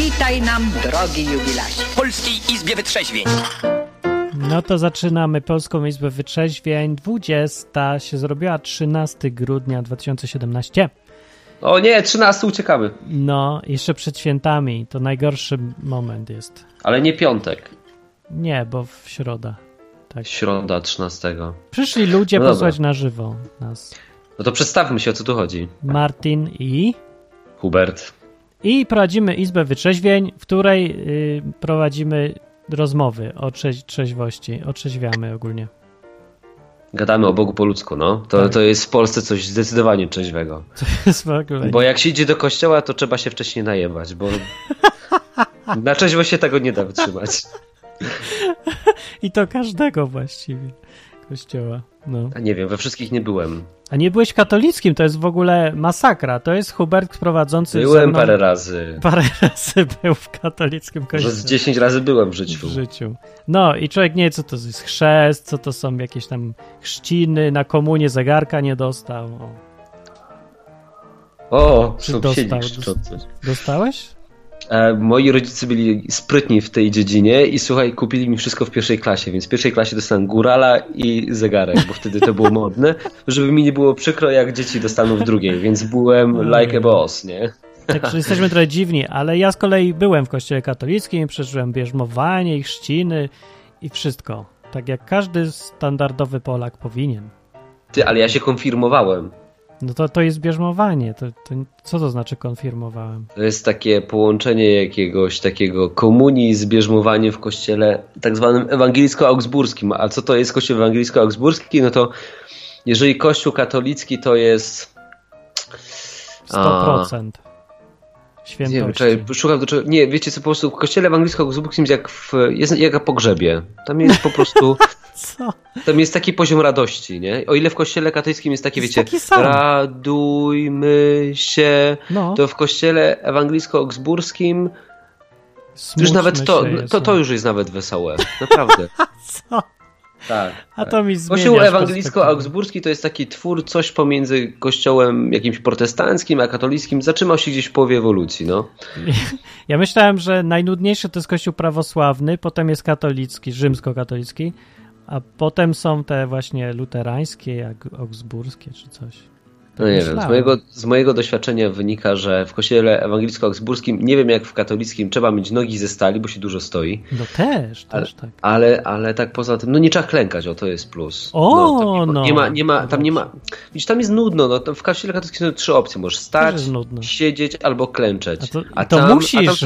Witaj nam, drogi jubilasie. W Polskiej Izbie Wytrzeźwień. No to zaczynamy Polską Izbę Wytrzeźwień. 20 się zrobiła, 13 grudnia 2017. O nie, 13 uciekamy. No, jeszcze przed świętami. To najgorszy moment jest. Ale nie piątek. Nie, bo w środa. Tak. Środa 13. Przyszli ludzie No posłuchać dobra. na żywo nas. No to przedstawmy się, o co tu chodzi. Martin i Hubert. prowadzimy Izbę Wytrzeźwień, w której prowadzimy rozmowy o trzeźwości. Otrzeźwiamy ogólnie. Gadamy o Bogu po ludzku, no. Tak. To jest w Polsce coś zdecydowanie trzeźwego. To jest w ogóle... Bo jak się idzie do kościoła, to trzeba się wcześniej najebać, bo na trzeźwo się tego nie da wytrzymać. I to każdego właściwie kościoła. No. A nie wiem, we wszystkich nie byłem. A nie byłeś katolickim, to jest w ogóle masakra. To jest Hubert prowadzący Byłem parę razy. Parę razy był w katolickim kościele. Może z 10 razy byłem w życiu. W życiu. No i człowiek nie wie, co to jest chrzest, co to są jakieś tam chrzciny, na komunię zegarka nie dostał. O, Czy sąsiedzi dostał? krzyczą coś. Dostałeś? Moi rodzice byli sprytni w tej dziedzinie i słuchaj, kupili mi wszystko w pierwszej klasie, więc w pierwszej klasie dostałem górala i zegarek, bo wtedy to było modne, żeby mi nie było przykro, jak dzieci dostaną w drugiej, więc byłem like a boss, nie? Także jesteśmy trochę dziwni, ale ja z kolei byłem w kościele katolickim, przeżyłem bierzmowanie i chrzciny i wszystko. Tak jak każdy standardowy Polak powinien. Ty, ale ja się konfirmowałem. No to jest bierzmowanie. To co to znaczy konfirmowałem? To jest takie połączenie jakiegoś takiego komunii z bierzmowaniem w kościele tak zwanym ewangelicko-augsburskim. A co to jest kościół ewangelicko-augsburski? No to jeżeli kościół katolicki to jest 100% świętości. Nie wiem, szukam do czego. Nie, wiecie co, po prostu w kościele ewangelicko-augsburskim jest jak na pogrzebie. Tam jest po prostu... Co? Tam jest taki poziom radości, nie? O ile w kościele katolickim jest takie, jest wiecie, taki sam. radujmy się, No. to w kościele ewangelicko-augsburskim już nawet to już jest nawet wesołe. Naprawdę. Co? Tak. A to mi zmienia. Kościół ewangelicko-augsburski to jest taki twór, coś pomiędzy kościołem jakimś protestanckim a katolickim. Zatrzymał się gdzieś w połowie ewolucji, no. Ja myślałem, że najnudniejszy to jest kościół prawosławny, potem jest katolicki, rzymskokatolicki, a potem są te właśnie luterańskie, jak augsburskie czy coś. No nie wiem, z mojego doświadczenia wynika, że w kościele ewangelicko-augsburskim, nie wiem jak w katolickim, trzeba mieć nogi ze stali, bo się dużo stoi. No też tak. Ale tak poza tym, no nie trzeba klękać, to jest plus. Widzisz, tam jest nudno, no to w kościele katolickim są 3 opcje, możesz stać, siedzieć albo klęczeć. Musisz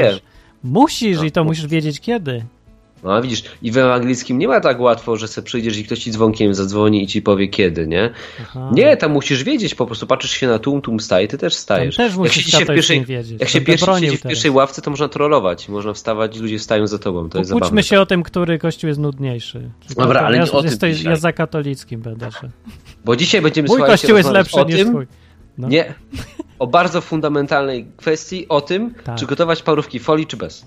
no, i to musisz wiedzieć kiedy. No widzisz, i w ewangelickim nie ma tak łatwo, że sobie przyjdziesz i ktoś ci dzwonkiem zadzwoni i ci powie kiedy, nie? Aha. Nie, tam musisz wiedzieć, po prostu patrzysz się na tłum staje, ty też stajesz. Tam też musisz wiedzieć. Jak się pierwszy siedzi w pierwszej ławce, to można trollować, można wstawać i ludzie wstają za tobą, to jest zabawne. Kłóćmy się o tym, który kościół jest nudniejszy. Dobra, ale nie o tym dzisiaj. Ja za katolickim będę się. Bo dzisiaj będziemy Mój kościół jest lepszy niż twój. No. Nie, o bardzo fundamentalnej kwestii, o tym, czy gotować parówki w folii, czy bez.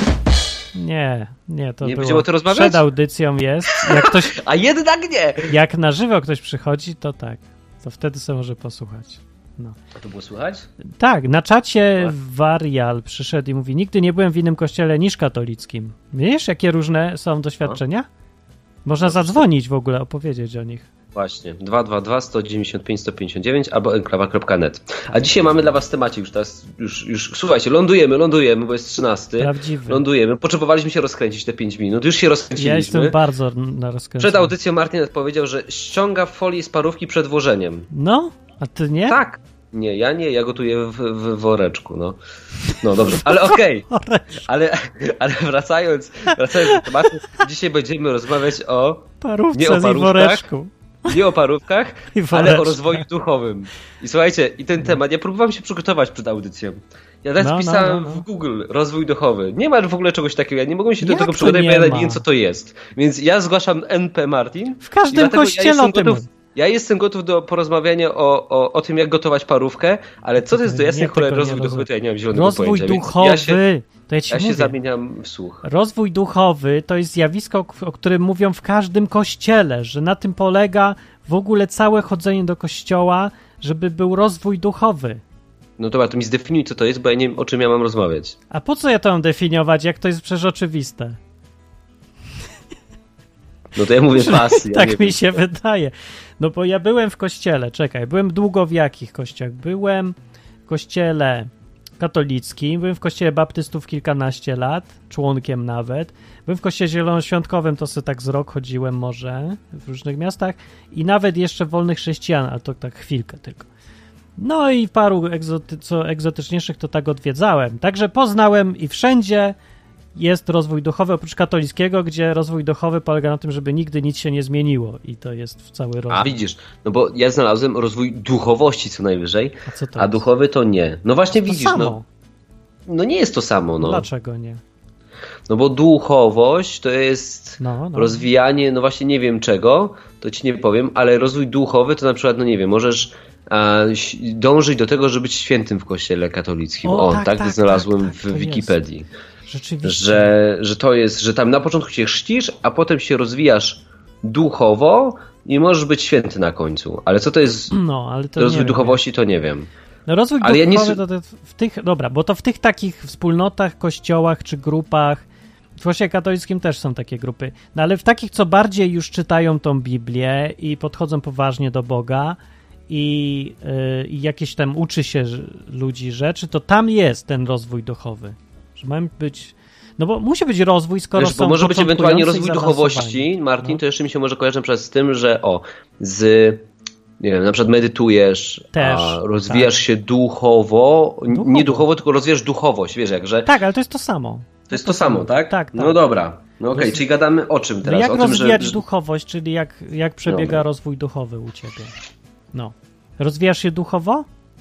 Nie, to nie było. Będziemy o tym rozmawiać? Przed audycją jest. Jak ktoś, a jednak nie! Jak na żywo ktoś przychodzi, to tak. To wtedy sobie może posłuchać. No. A to było słychać? Tak, na czacie Warial przyszedł i mówi: nigdy nie byłem w innym kościele niż katolickim. Wiesz, jakie różne są doświadczenia? Można zadzwonić w ogóle, opowiedzieć o nich. Właśnie, 222 195 159 albo enklawa.net. A dzisiaj mamy dla was temacie już słuchajcie, lądujemy, bo jest 13. Prawdziwy. Lądujemy. Potrzebowaliśmy się rozkręcić te 5 minut. Już się rozkręciliśmy. Ja jestem bardzo na rozkręceniu. Przed audycją Martin powiedział, że ściąga folię z parówki przed włożeniem. No, a ty nie? Tak. Nie, ja gotuję w woreczku, no. No dobrze, ale okej. Ale wracając do tematu, dzisiaj będziemy rozmawiać o... Parówce i woreczku. Nie o parówkach, ale o rozwoju duchowym. I słuchajcie, i ten temat, ja próbowałem się przygotować przed audycją. Ja nawet pisałem w Google rozwój duchowy. Nie ma w ogóle czegoś takiego, ja nie mogłem się do tego przygotować, bo ja nie wiem, co to jest. Więc ja zgłaszam NP Martin. W każdym kościele o tym. Ja jestem gotów do porozmawiania o tym, jak gotować parówkę, ale co to jest do jasnej cholery rozwój duchowy, to ja nie mam zielonego pojęcia. Rozwój duchowy, ja się zamieniam w słuch. Rozwój duchowy to jest zjawisko, o którym mówią w każdym kościele, że na tym polega w ogóle całe chodzenie do kościoła, żeby był rozwój duchowy. No dobra, to mi zdefiniuj, co to jest, bo ja nie wiem, o czym ja mam rozmawiać. A po co ja to mam definiować, jak to jest przecież oczywiste? No to ja mówię pasy. Tak mi się wydaje. No bo ja byłem w kościele, byłem długo w jakich kościach? Byłem w kościele katolickim, byłem w kościele baptystów kilkanaście lat, członkiem nawet. Byłem w kościele zielonoświątkowym, to sobie tak z rok chodziłem może w różnych miastach i nawet jeszcze wolnych chrześcijan, ale to tak chwilkę tylko. No i paru egzotyczniejszych to tak odwiedzałem. Także poznałem i wszędzie jest rozwój duchowy, oprócz katolickiego, gdzie rozwój duchowy polega na tym, żeby nigdy nic się nie zmieniło i to jest cały rozwój. A widzisz, no bo ja znalazłem rozwój duchowości co najwyżej, a duchowy to nie. No właśnie to widzisz, samo. No nie jest to samo. No. Dlaczego nie? No bo duchowość to jest rozwijanie, no właśnie nie wiem czego, to ci nie powiem, ale rozwój duchowy to na przykład, no nie wiem, możesz dążyć do tego, żeby być świętym w kościele katolickim. Tak znalazłem w Wikipedii. Że to jest, że tam na początku się chrzcisz, a potem się rozwijasz duchowo i możesz być święty na końcu. Ale co to jest rozwój duchowości, to nie wiem. No rozwój duchowy to w tych, bo to w tych takich wspólnotach, kościołach czy grupach, w kościele katolickim też są takie grupy, no ale w takich, co bardziej już czytają tą Biblię i podchodzą poważnie do Boga i jakieś tam uczy się ludzi rzeczy, to tam jest ten rozwój duchowy. Że mają być... No bo musi być rozwój, skoro są bo może być ewentualnie rozwój duchowości, Martin, to jeszcze mi się może kojarzy na przykład z tym, że nie wiem, na przykład medytujesz, rozwijasz się duchowo, nie duchowo, tylko rozwijasz duchowość, wiesz jakże. Tak, ale to jest to samo. To jest to samo, tak? Tak. No dobra. No okej, czyli gadamy o czym teraz? Jak o rozwijać tym, że... duchowość, czyli jak przebiega rozwój duchowy u ciebie? No. Rozwijasz się duchowo?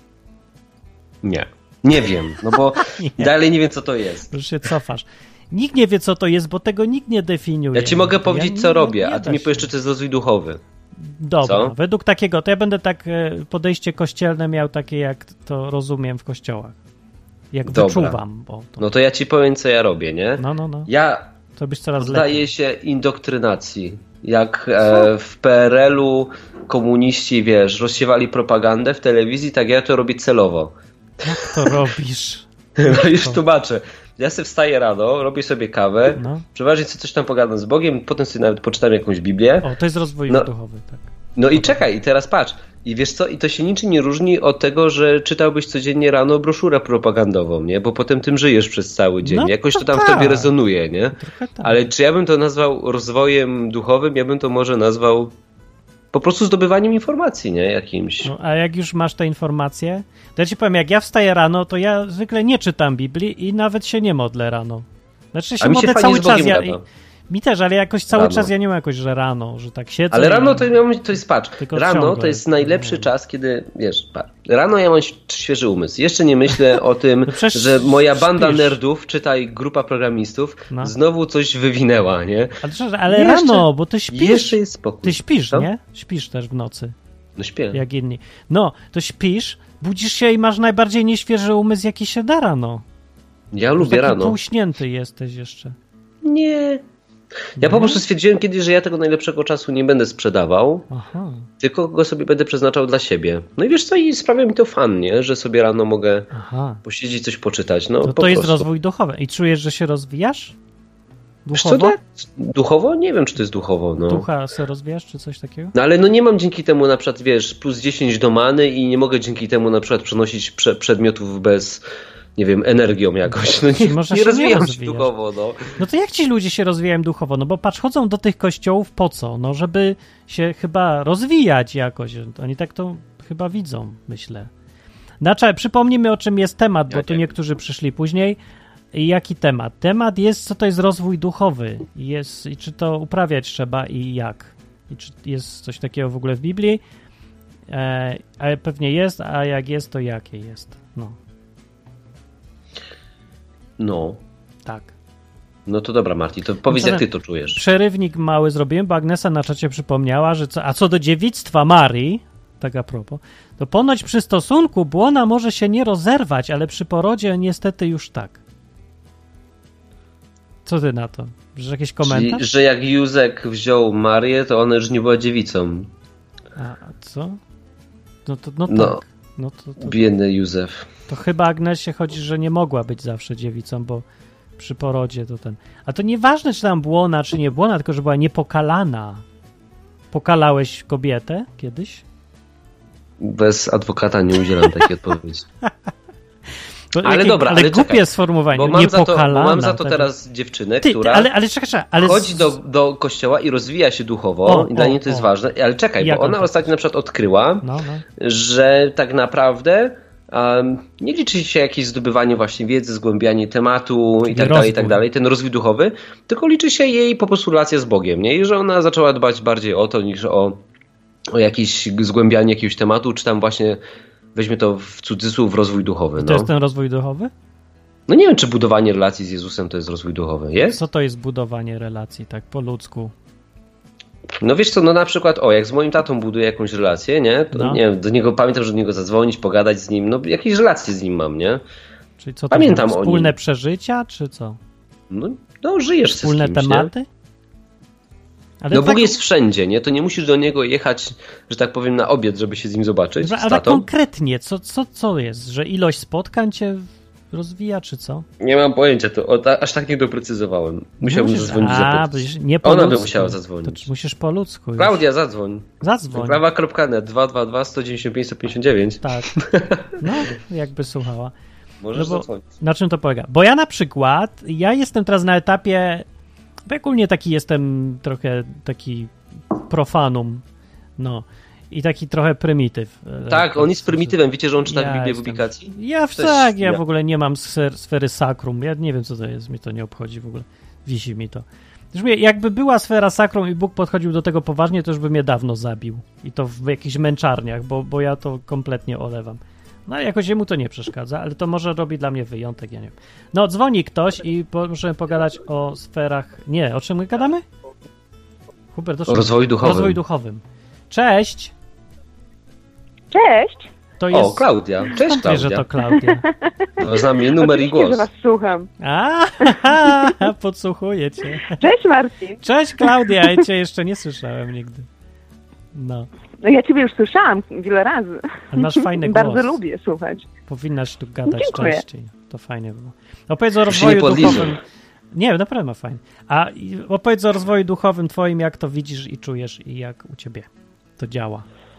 Nie wiem, no bo dalej nie wiem, co to jest. Już się cofasz. Nikt nie wie, co to jest, bo tego nikt nie definiuje. Ja ci mogę powiedzieć, co robię, a ty mi powiesz, czy to jest rozwój duchowy. Dobra, co? Według takiego, to ja będę podejście kościelne miał takie, jak to rozumiem w kościołach. Jak wyczuwam. No to ja ci powiem, co ja robię, nie? No. Ja to byś coraz poddaję się indoktrynacji. Jak w PRL-u komuniści, wiesz, rozsiewali propagandę w telewizji, tak ja to robię celowo. Jak to robisz? No już tłumaczę. Ja sobie wstaję rano, robię sobie kawę, przeważnie sobie coś tam pogadam z Bogiem, potem sobie nawet poczytam jakąś Biblię. To jest rozwój duchowy, tak. No i czekaj, i teraz patrz. I wiesz co, i to się niczym nie różni od tego, że czytałbyś codziennie rano broszurę propagandową, nie? Bo potem tym żyjesz przez cały dzień. Jakoś to tam w tobie rezonuje, nie? Tak. Ale czy ja bym to nazwał rozwojem duchowym? Ja bym to może nazwał po prostu zdobywaniem informacji, nie? Jakimś. No, a jak już masz te informacje, to ja ci powiem, jak ja wstaję rano, to ja zwykle nie czytam Biblii i nawet się nie modlę rano. Znaczy się modlę cały czas. Mi też, ale jakoś cały czas ja nie mam jakoś, że rano, że tak siedzę. Ale rano to jest, patrz, rano to jest najlepszy czas, kiedy, wiesz, patrz, rano ja mam świeży umysł. Jeszcze nie myślę o tym, że moja banda nerdów, czytaj grupa programistów, znowu coś wywinęła, nie? Ale rano, bo ty śpisz. Jeszcze jest spokój. Ty śpisz, nie? Śpisz też w nocy. No śpię. Jak inni. No, to śpisz, budzisz się i masz najbardziej nieświeży umysł, jaki się da rano. Ja lubię rano. Półśnięty jesteś jeszcze. Nie. Ja po prostu stwierdziłem kiedyś, że ja tego najlepszego czasu nie będę sprzedawał, tylko go sobie będę przeznaczał dla siebie. No i wiesz co, i sprawia mi to fan, nie? Że sobie rano mogę posiedzieć, coś poczytać. No, to jest rozwój duchowy. I czujesz, że się rozwijasz? Duchowo? Duchowo? Nie wiem, czy to jest duchowo. No. Ducha se rozwijasz, czy coś takiego? No ale nie mam dzięki temu na przykład, wiesz, plus 10 do many i nie mogę dzięki temu na przykład przenosić przedmiotów bez... nie wiem, energią jakoś. No nie rozwijam się duchowo, no. No to jak ci ludzie się rozwijają duchowo? No bo patrz, chodzą do tych kościołów po co? No żeby się chyba rozwijać jakoś. Oni tak to chyba widzą, myślę. Znaczy, przypomnijmy, o czym jest temat, bo tu niektórzy przyszli później. I jaki temat? Temat jest, co to jest rozwój duchowy. I czy to uprawiać trzeba i jak. I czy jest coś takiego w ogóle w Biblii? Ale pewnie jest, a jak jest, to jakie jest. No. Tak. No to dobra, Martin, to powiedz, jak ty to czujesz. Przerywnik mały zrobiłem, bo Agnesa na czacie przypomniała, że co do dziewictwa Marii, tak a propos, to ponoć przy stosunku błona może się nie rozerwać, ale przy porodzie niestety już tak. Co ty na to? Że jakiś komentarz? Czyli, że jak Józek wziął Marię, to ona już nie była dziewicą. A co? No tak. No biedny Józef. To chyba Agnesie chodzi, że nie mogła być zawsze dziewicą, bo przy porodzie to ten... A to nieważne, czy tam błona, czy nie błona, tylko że była niepokalana. Pokalałeś kobietę kiedyś? Bez adwokata nie udzielam takiej odpowiedzi. Ale dobra, ale głupie czekaj, sformułowanie, bo mam za to teraz dziewczynę, która chodzi do kościoła i rozwija się duchowo i dla niej to jest ważne, ale czekaj, bo ona ostatnio na przykład odkryła, że tak naprawdę nie liczy się jakieś zdobywanie właśnie wiedzy, zgłębianie tematu i tak dalej, ten rozwój duchowy, tylko liczy się jej po prostu relacja z Bogiem, nie? I że ona zaczęła dbać bardziej o to niż o jakieś zgłębianie jakiegoś tematu, czy tam właśnie weźmie to w cudzysłów rozwój duchowy. To jest ten rozwój duchowy? No nie wiem, czy budowanie relacji z Jezusem to jest rozwój duchowy. Jest? Co to jest budowanie relacji, tak po ludzku? No wiesz co, no na przykład, jak z moim tatą buduję jakąś relację, nie? To nie wiem, do niego pamiętam, że do niego zadzwonić, pogadać z nim, no jakieś relacje z nim mam, nie? Czyli co to pamiętam o nim. Wspólne przeżycia, czy co? No żyjesz wspólne z kimś, tematy? Nie? Ale Bóg jest wszędzie, nie? To nie musisz do niego jechać, że tak powiem, na obiad, żeby się z nim zobaczyć. Ale konkretnie, co jest? Że ilość spotkań cię rozwija, czy co? Nie mam pojęcia, aż tak nie doprecyzowałem. Musiałbym zadzwonić zapytać. Ona by musiała zadzwonić. To musisz po ludzku. Klaudia, zadzwoń. Zadzwoń. Prawa.net 222 195 159. Tak. No, jakby słuchała. Możesz zadzwonić. Na czym to polega? Bo ja na przykład, jestem teraz na etapie, bo ogólnie taki jestem trochę taki profanum, i taki trochę prymityw. Tak, on jest prymitywem. Wiecie, że on czyta Biblię w publikacji? Ja w ogóle nie mam sfery sakrum. Ja nie wiem, co to jest. Mi to nie obchodzi w ogóle. Wisi mi to. Jakby była sfera sakrum i Bóg podchodził do tego poważnie, to już by mnie dawno zabił. I to w jakichś męczarniach, bo ja to kompletnie olewam. No jakoś jemu to nie przeszkadza, ale to może robi dla mnie wyjątek, ja nie wiem. No, dzwoni ktoś i możemy pogadać o sferach... Nie, o czym my gadamy? Hubert, o rozwoju duchowym. Rozwoju duchowym. Cześć! Cześć! To jest... O, Klaudia. Cześć, Klaudia. Że to Klaudia. Znam mnie numer i głos. Że was słucham. Podsłuchuję cię. Cześć, Marcin. Cześć, Klaudia. Ja cię jeszcze nie słyszałem nigdy. No ja ciebie już słyszałam wiele razy. Ale masz fajny głos. Bardzo lubię słuchać. Powinnaś tu gadać częściej. To fajnie było. Opowiedz o rozwoju duchowym. Nie, naprawdę ma fajnie. A opowiedz o rozwoju duchowym twoim, jak to widzisz i czujesz i jak u ciebie to działa.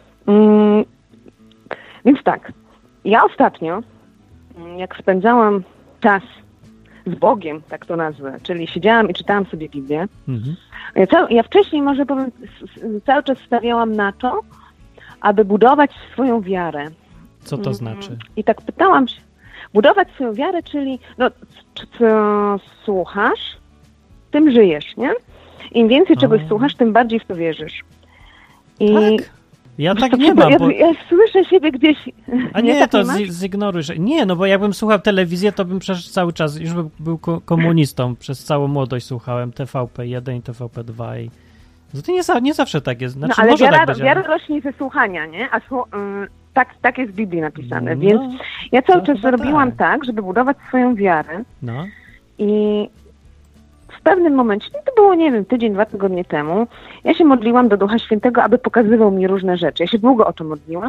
Więc tak, ja ostatnio, jak spędzałam czas z Bogiem, tak to nazwę, czyli siedziałam i czytałam sobie Biblię, ja wcześniej, może powiem, cały czas stawiałam na to, aby budować swoją wiarę. Co to znaczy? I tak pytałam się, budować swoją wiarę, czyli co słuchasz, tym żyjesz, nie? Im więcej czegoś słuchasz, tym bardziej w to wierzysz. I tak? Ja tak nie mam, bo... Ja słyszę siebie gdzieś... A nie, to zignoruj. Nie, no bo jakbym słuchał telewizję, to bym przecież cały czas, już był komunistą, przez całą młodość słuchałem TVP1 i TVP2 i... To nie zawsze tak jest. Znaczy, ale może wiara rośnie ze słuchania, nie? A tak jest w Biblii napisane, więc ja cały czas robiłam tak, żeby budować swoją wiarę i w pewnym momencie, to było, nie wiem, tydzień, 2 tygodnie temu, ja się modliłam do Ducha Świętego, aby pokazywał mi różne rzeczy. Ja się długo o to modliłam.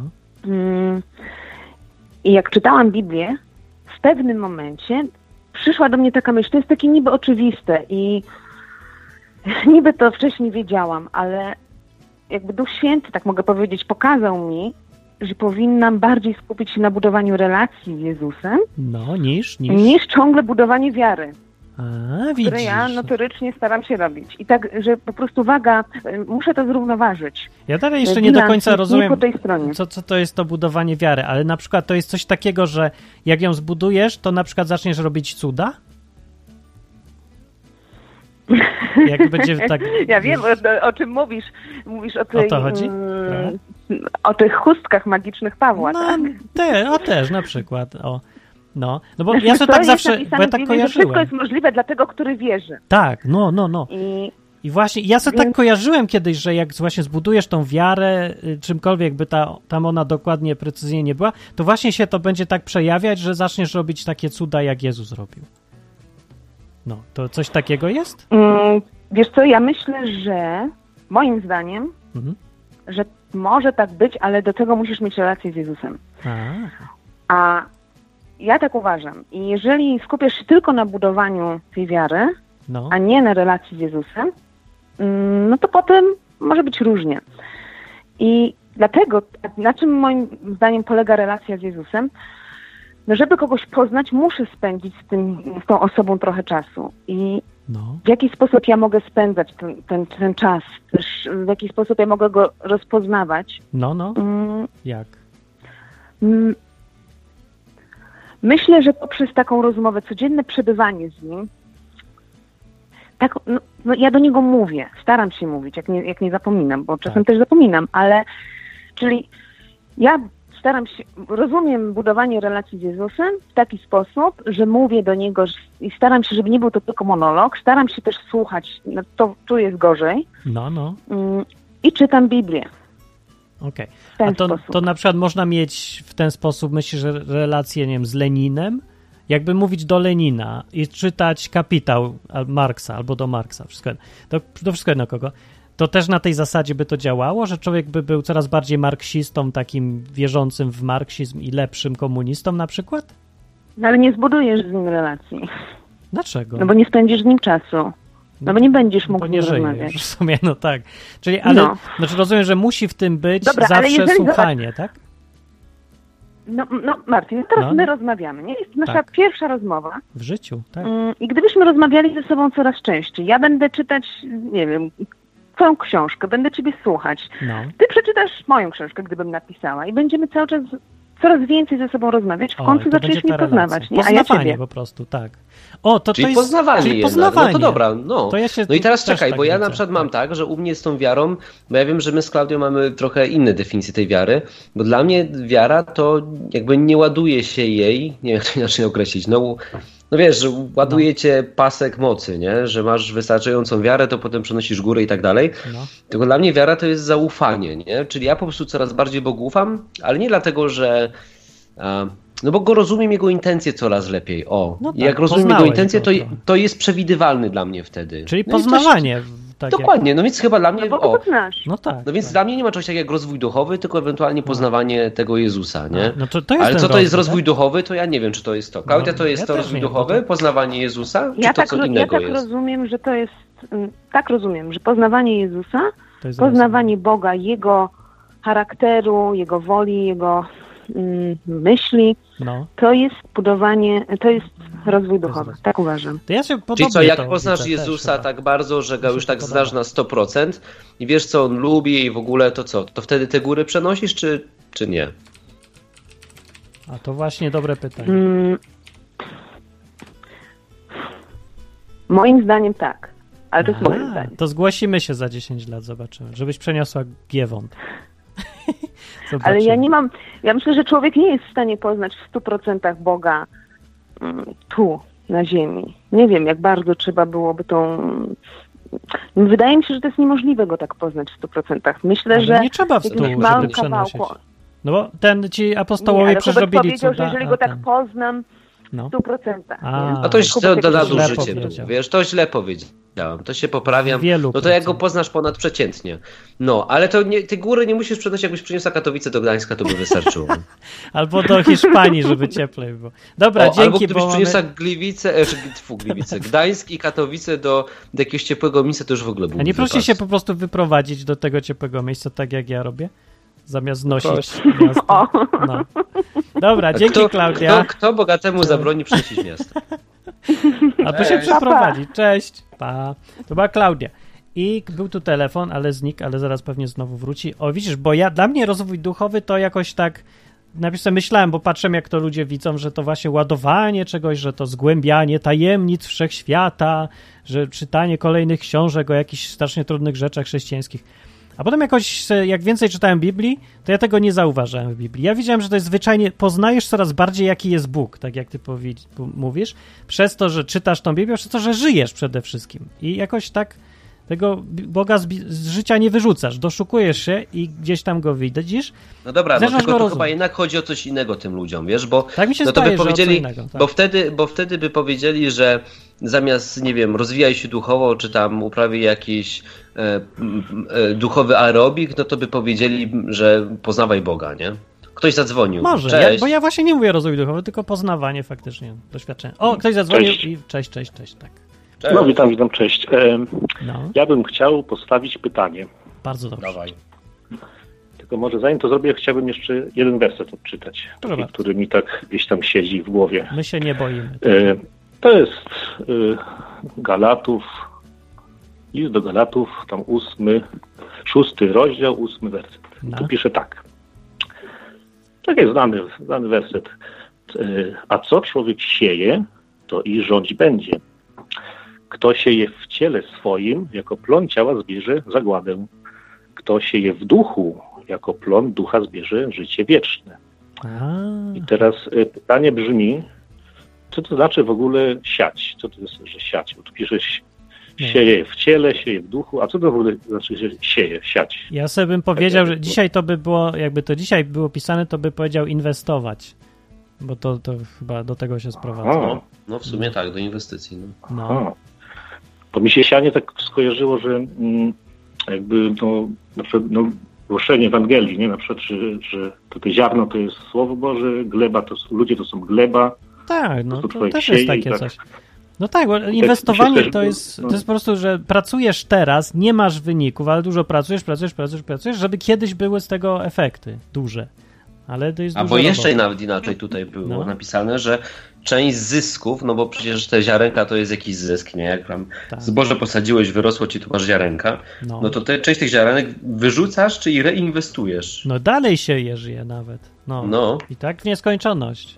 I jak czytałam Biblię, w pewnym momencie przyszła do mnie taka myśl, to jest takie niby oczywiste i niby to wcześniej wiedziałam, ale jakby Duch Święty, tak mogę powiedzieć, pokazał mi, że powinnam bardziej skupić się na budowaniu relacji z Jezusem niż ciągle budowanie wiary. Które ja notorycznie staram się robić. I tak, że po prostu muszę to zrównoważyć. Ja dalej jeszcze nie do końca rozumiem, co to jest to budowanie wiary, ale na przykład to jest coś takiego, że jak ją zbudujesz, to na przykład zaczniesz robić cuda? Jak będzie tak... Ja wiem, o czym mówisz. Mówisz o tej... O to chodzi? O tych chustkach magicznych Pawła, tak? Też na przykład, No bo ja sobie tak zawsze, bo ja tak kojarzyłem. Wszystko jest możliwe dla tego, który wierzy. Tak, no. I właśnie ja sobie tak kojarzyłem kiedyś, że jak właśnie zbudujesz tą wiarę, czymkolwiek by tam ona dokładnie, precyzyjnie nie była, to właśnie się to będzie tak przejawiać, że zaczniesz robić takie cuda, jak Jezus robił. No, to coś takiego jest? Wiesz co, ja myślę, że moim zdaniem, że może tak być, ale do tego musisz mieć relację z Jezusem. A ja tak uważam. I jeżeli skupiasz się tylko na budowaniu tej wiary, a nie na relacji z Jezusem, no to potem może być różnie. I dlatego, na czym moim zdaniem polega relacja z Jezusem, no żeby kogoś poznać, muszę spędzić z tą osobą trochę czasu. I w jaki sposób ja mogę spędzać ten czas? Też w jaki sposób ja mogę go rozpoznawać? Jak? Myślę, że poprzez taką rozmowę, codzienne przebywanie z nim, tak, ja do niego mówię, staram się mówić, jak nie zapominam, bo czasem też zapominam, ale czyli ja staram się, rozumiem budowanie relacji z Jezusem w taki sposób, że mówię do Niego i staram się, żeby nie był to tylko monolog, staram się też słuchać, to tu jest gorzej. I czytam Biblię. Okej. A to na przykład można mieć w ten sposób, myślisz, że relację, nie wiem, z Leninem? Jakby mówić do Lenina i czytać Kapitał Marksa albo do Marksa, to wszystko jedno kogo. To też na tej zasadzie by to działało, że człowiek by był coraz bardziej marksistą, takim wierzącym w marksizm i lepszym komunistą na przykład? No ale nie zbudujesz z nim relacji. Dlaczego? No bo nie spędzisz z nim czasu. No bo nie będziesz mógł z nim rozmawiać. W sumie, tak. Czyli, ale, znaczy rozumiem, że musi w tym być zawsze słuchanie, tak? No Martin, teraz my rozmawiamy, nie? Jest nasza pierwsza rozmowa. W życiu, tak. I gdybyśmy rozmawiali ze sobą coraz częściej, ja będę czytać, nie wiem, twoją książkę, będę ciebie słuchać. Ty przeczytasz moją książkę, gdybym napisała i będziemy cały czas coraz więcej ze sobą rozmawiać. W końcu zaczniesz mnie poznawać, nie? Poznawanie a ja ciebie. Po prostu, tak. Czyli jest, poznawanie czyli jednak. poznawanie. No to dobra, No i teraz czekaj, tak bo ja na przykład mam tak, że u mnie z tą wiarą, bo ja wiem, że my z Klaudią mamy trochę inne definicje tej wiary, bo dla mnie wiara to jakby nie ładuje się jej, nie wiem jak to inaczej określić, no wiesz, że ładuje cię pasek mocy, nie? Że masz wystarczającą wiarę, to potem przenosisz górę i tak dalej. Tylko dla mnie wiara to jest zaufanie, nie? Czyli ja po prostu coraz bardziej Bogu ufam, ale nie dlatego, że bo go rozumiem, jego intencje coraz lepiej. Jak rozumiem jego intencje, to jest przewidywalny dla mnie wtedy. Czyli poznawanie. Dokładnie, no więc chyba dla mnie... No więc dla mnie nie ma czegoś takiego jak rozwój duchowy, tylko ewentualnie poznawanie tego Jezusa, nie? Ale co to jest rozwój duchowy, to ja nie wiem, czy to jest to. Klaudia, to jest to rozwój duchowy, poznawanie Jezusa, czy to co innego jest? Rozumiem, że to jest... Tak rozumiem, że poznawanie Jezusa, poznawanie Boga, Jego charakteru, Jego woli, Jego myśli, to jest budowanie, to jest rozwój duchowy, tak uważam. Czyli co, jak poznasz Jezusa tak bardzo, że go już tak znasz na 100% i wiesz, co On lubi i w ogóle, to co? To wtedy te góry przenosisz, czy nie? A to właśnie dobre pytanie. Moim zdaniem tak, ale to jest moje zdanie. To zgłosimy się za 10 lat, zobaczymy, żebyś przeniosła Giewont. Ale ja myślę, że człowiek nie jest w stanie poznać w 100% Boga tu, na ziemi. Nie wiem, jak bardzo trzeba byłoby Wydaje mi się, że to jest niemożliwe go tak poznać w 100%. Myślę, że nie trzeba w 100, żeby przenosić. No bo ci apostołowie przeżrobili powiedział, że jeżeli go tak poznam w 100%. A to już nadużycie, wiesz, to źle powiedziałem. To się poprawiam. To jak go poznasz ponadprzeciętnie. Ale to te góry nie musisz przenosić, jakbyś przyniosła Katowice do Gdańska, to by wystarczyło. Albo do Hiszpanii, żeby cieplej było. Dobra, dzięki. Albo gdybyś przyniosła Gliwice, Gdańsk i Katowice do jakiegoś ciepłego miejsca, to już w ogóle byłby. A nie prosi się po prostu wyprowadzić do tego ciepłego miejsca, tak jak ja robię? Zamiast nosić miasto. Dobra, dzięki Klaudia. Kto bogatemu zabroni przynosić miasto? A tu się przeprowadzi. Cześć. Pa. To była Klaudia. I był tu telefon, ale znikł, ale zaraz pewnie znowu wróci. Widzisz, bo dla mnie rozwój duchowy to jakoś tak najpierw sobie myślałem, bo patrzę jak to ludzie widzą, że to właśnie ładowanie czegoś, że to zgłębianie tajemnic wszechświata, że czytanie kolejnych książek o jakichś strasznie trudnych rzeczach chrześcijańskich. A potem jakoś, jak więcej czytałem Biblii, to ja tego nie zauważyłem w Biblii. Ja widziałem, że to jest zwyczajnie, poznajesz coraz bardziej, jaki jest Bóg, tak jak ty mówisz, przez to, że czytasz tą Biblię, przez to, że żyjesz przede wszystkim. I jakoś tak Tego Boga z życia nie wyrzucasz. Doszukujesz się i gdzieś tam go widzisz. No dobra, no tylko to chyba jednak chodzi o coś innego tym ludziom, wiesz, bo tak mi się no zdaje, to by powiedzieli, że o co innego, tak. bo wtedy by powiedzieli, że zamiast, nie wiem, rozwijaj się duchowo, czy tam uprawiaj jakiś duchowy aerobik, no to by powiedzieli, że poznawaj Boga, nie? Ktoś zadzwonił. Może, cześć. bo ja właśnie nie mówię rozwój duchowy, tylko poznawanie faktycznie, doświadczenie. O, ktoś zadzwonił Cześć. I cześć, tak. Cześć. No witam, cześć. No. Ja bym chciał postawić pytanie. Bardzo dobrze. Dawaj. Tylko może zanim to zrobię, chciałbym jeszcze jeden werset odczytać, taki, który mi tak gdzieś tam siedzi w głowie. My się nie boimy. To jest Galatów, list do Galatów, tam 6 rozdział, 8 werset. No. Tu pisze tak. Tak jest znany werset. A co człowiek sieje, to i rządź będzie. Kto sieje w ciele swoim, jako plon ciała zbierze zagładę. Kto sieje w duchu, jako plon ducha zbierze życie wieczne. I teraz pytanie brzmi, co to znaczy w ogóle siać? Co to jest, że siać? Bo tu pisze sieje w ciele, sieje w duchu, a co to w ogóle znaczy, że sieje, siać? Ja sobie bym powiedział, że dzisiaj to by było, jakby to dzisiaj było pisane, to by powiedział inwestować. Bo to chyba do tego się sprowadza. No w sumie tak, do inwestycji. No. Bo mi się sianie tak skojarzyło, że jakby na przykład głoszenie Ewangelii, nie? Na przykład, że to ziarno to jest Słowo Boże, gleba ludzie to są gleba. Tak, no to też jest takie coś. No tak, bo inwestowanie to jest po prostu, że pracujesz teraz, nie masz wyników, ale dużo pracujesz, żeby kiedyś były z tego efekty duże. Ale to jest bo jeszcze nawet inaczej tutaj było napisane, że część zysków, no bo przecież te ziarenka to jest jakiś zysk, nie? Jak tam zboże posadziłeś, wyrosło ci, tu masz ziarenka, no to część tych ziarenek wyrzucasz, czy i reinwestujesz. No dalej się je nawet. No. I tak w nieskończoność.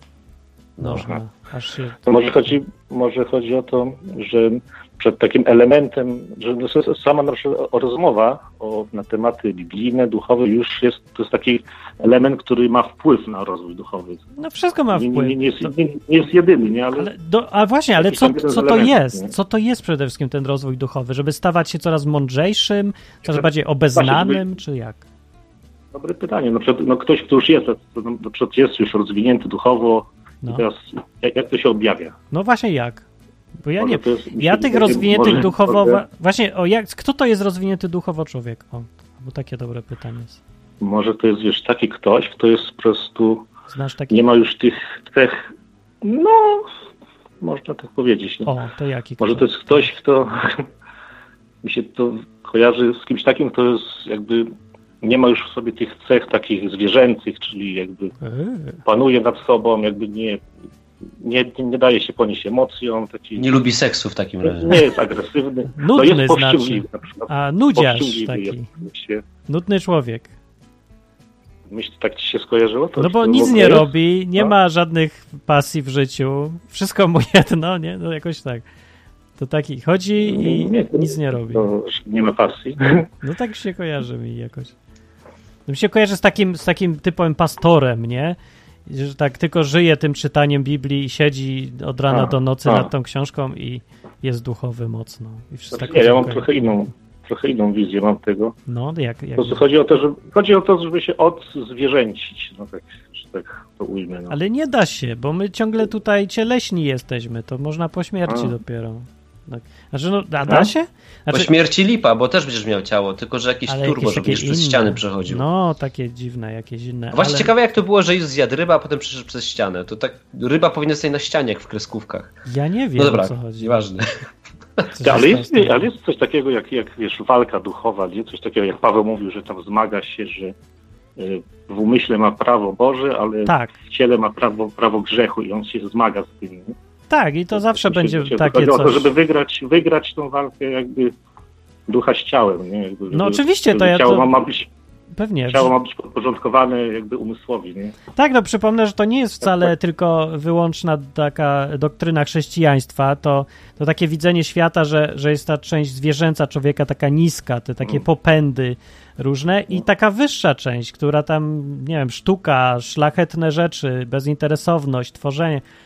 Można. To może chodzi o to, że przed takim elementem, że sama na przykład rozmowa na tematy biblijne, duchowe już to jest taki element, który ma wpływ na rozwój duchowy. No wszystko ma wpływ. Nie jest jedyny, nie? Ale co to jest? Nie? Co to jest przede wszystkim ten rozwój duchowy? Żeby stawać się coraz mądrzejszym, coraz bardziej obeznanym, czy jak? Dobre pytanie. Na przykład, ktoś, kto już jest, na przykład jest już rozwinięty duchowo, i teraz jak to się objawia? No właśnie jak? Bo ja tych rozwiniętych duchowo... Właśnie, kto to jest rozwinięty duchowo człowiek? Bo takie dobre pytanie jest. Może to jest taki ktoś, kto jest po prostu... Znasz taki? Nie ma już tych cech... No, można tak powiedzieć. No. To jaki? Może to jest ktoś, kto... mi się to kojarzy z kimś takim, kto jest jakby... Nie ma już w sobie tych cech takich zwierzęcych, czyli jakby panuje nad sobą, jakby nie daje się ponieść emocjom. Nie lubi seksu w takim razie. Nie jest agresywny. Nudny jest powściągliwy na przykład. A nudziarz taki. Nudny człowiek. Myślę, tak ci się skojarzyło? No bo nic nie robi, nie ma żadnych pasji w życiu. Wszystko mu jedno, nie? No jakoś tak. To taki chodzi i nic nie robi. Nie ma pasji. No tak się kojarzy mi jakoś. Mi się kojarzy z takim typowym pastorem, nie? Że tak tylko żyje tym czytaniem Biblii i siedzi od rana do nocy nad tą książką i jest duchowy mocno. Ja mam trochę inną wizję mam tego. No, jak? Po prostu chodzi o to, żeby się odzwierzęcić. No tak to ujmę. No. Ale nie da się, bo my ciągle tutaj cieleśni jesteśmy. To można po śmierci dopiero. Tak. Znaczy, da się? Po śmierci lipa, bo też będziesz miał ciało, tylko że jakieś turbo, że będziesz przez ściany przechodził. No, takie dziwne, jakieś inne. Właśnie ciekawe, jak to było, że Jezus zjadł ryba, a potem przeszedł przez ścianę. To tak ryba powinna stać na ścianie, jak w kreskówkach. Ja nie wiem, o co chodzi. Nieważne. Ale jest coś takiego, jak wiesz, walka duchowa, nie? Coś takiego, jak Paweł mówił, że tam zmaga się, że w umyśle ma prawo Boże, ale w ciele ma prawo grzechu i on się zmaga z tym. Nie? Tak, i to zawsze będzie takie coś. O to, żeby wygrać tą walkę jakby ducha z ciałem. Nie? Jakby, no oczywiście, ciało ma być... Pewnie. Ciało ma być podporządkowane jakby umysłowi, nie? Tak, no przypomnę, że to nie jest wcale tylko wyłączna taka doktryna chrześcijaństwa, to takie widzenie świata, że jest ta część zwierzęca człowieka taka niska, te takie popędy różne i taka wyższa część, która tam, nie wiem, sztuka, szlachetne rzeczy, bezinteresowność, tworzenie.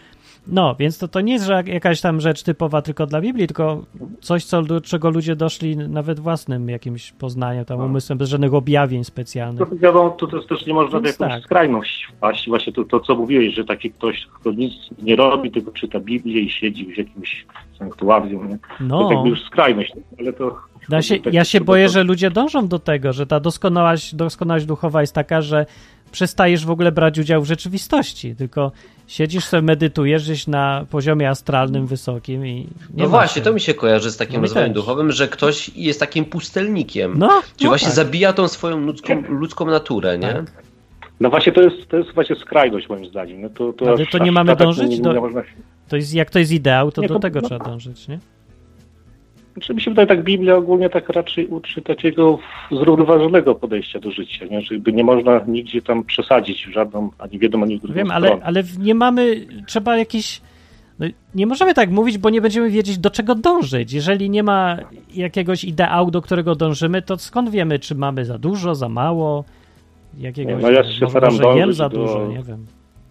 No, więc to nie jest że jakaś tam rzecz typowa tylko dla Biblii, tylko coś, do czego ludzie doszli nawet własnym jakimś poznaniem, tam umysłem, bez żadnych objawień specjalnych. To wiadomo, tu też nie można w jakąś skrajność wpaść. Właśnie to, co mówiłeś, że taki ktoś, kto nic nie robi, tylko czyta Biblię i siedzi w jakimś sanktuarium, nie? No. To jest jakby już skrajność, ale to... Ja się boję, że ludzie dążą do tego, że ta doskonałość duchowa jest taka, że przestajesz w ogóle brać udział w rzeczywistości, tylko siedzisz sobie, medytujesz gdzieś na poziomie astralnym wysokim i nie właśnie, to mi się kojarzy z takim rozwojem duchowym, że ktoś jest takim pustelnikiem. Czyli właśnie zabija tą swoją ludzką naturę, nie? Tak. No właśnie, to jest właśnie skrajność moim zdaniem. No ale to nie mamy dążyć? To jest, jak to jest ideał, to do tego trzeba dążyć, nie? Znaczy mi się wydaje, tak Biblia ogólnie tak raczej uczy takiego zrównoważonego podejścia do życia, nie? Żeby nie można nigdzie tam przesadzić w żadną, ani w jedną, ani w drugą stronę. Wiem, ale nie mamy, trzeba jakieś... No, nie możemy tak mówić, bo nie będziemy wiedzieć, do czego dążyć. Jeżeli nie ma jakiegoś ideału, do którego dążymy, to skąd wiemy, czy mamy za dużo, za mało, jakiegoś... No ja się staram dążyć za dużo, nie wiem.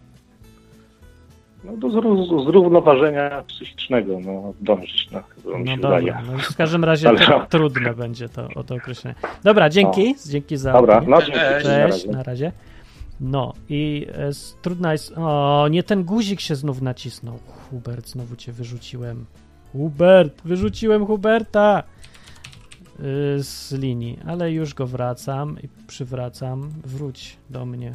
No do zrównoważenia psychicznego, dążyć, mi się wydaje. No w każdym razie trudne będzie to określenie. Dobra, dzięki za... Dobra, dzięki. Cześć, na razie. No i trudna jest... O, nie ten guzik się znów nacisnął. Hubert, znowu cię wyrzuciłem. Wyrzuciłem Huberta z linii, ale już go wracam i przywracam. Wróć do mnie.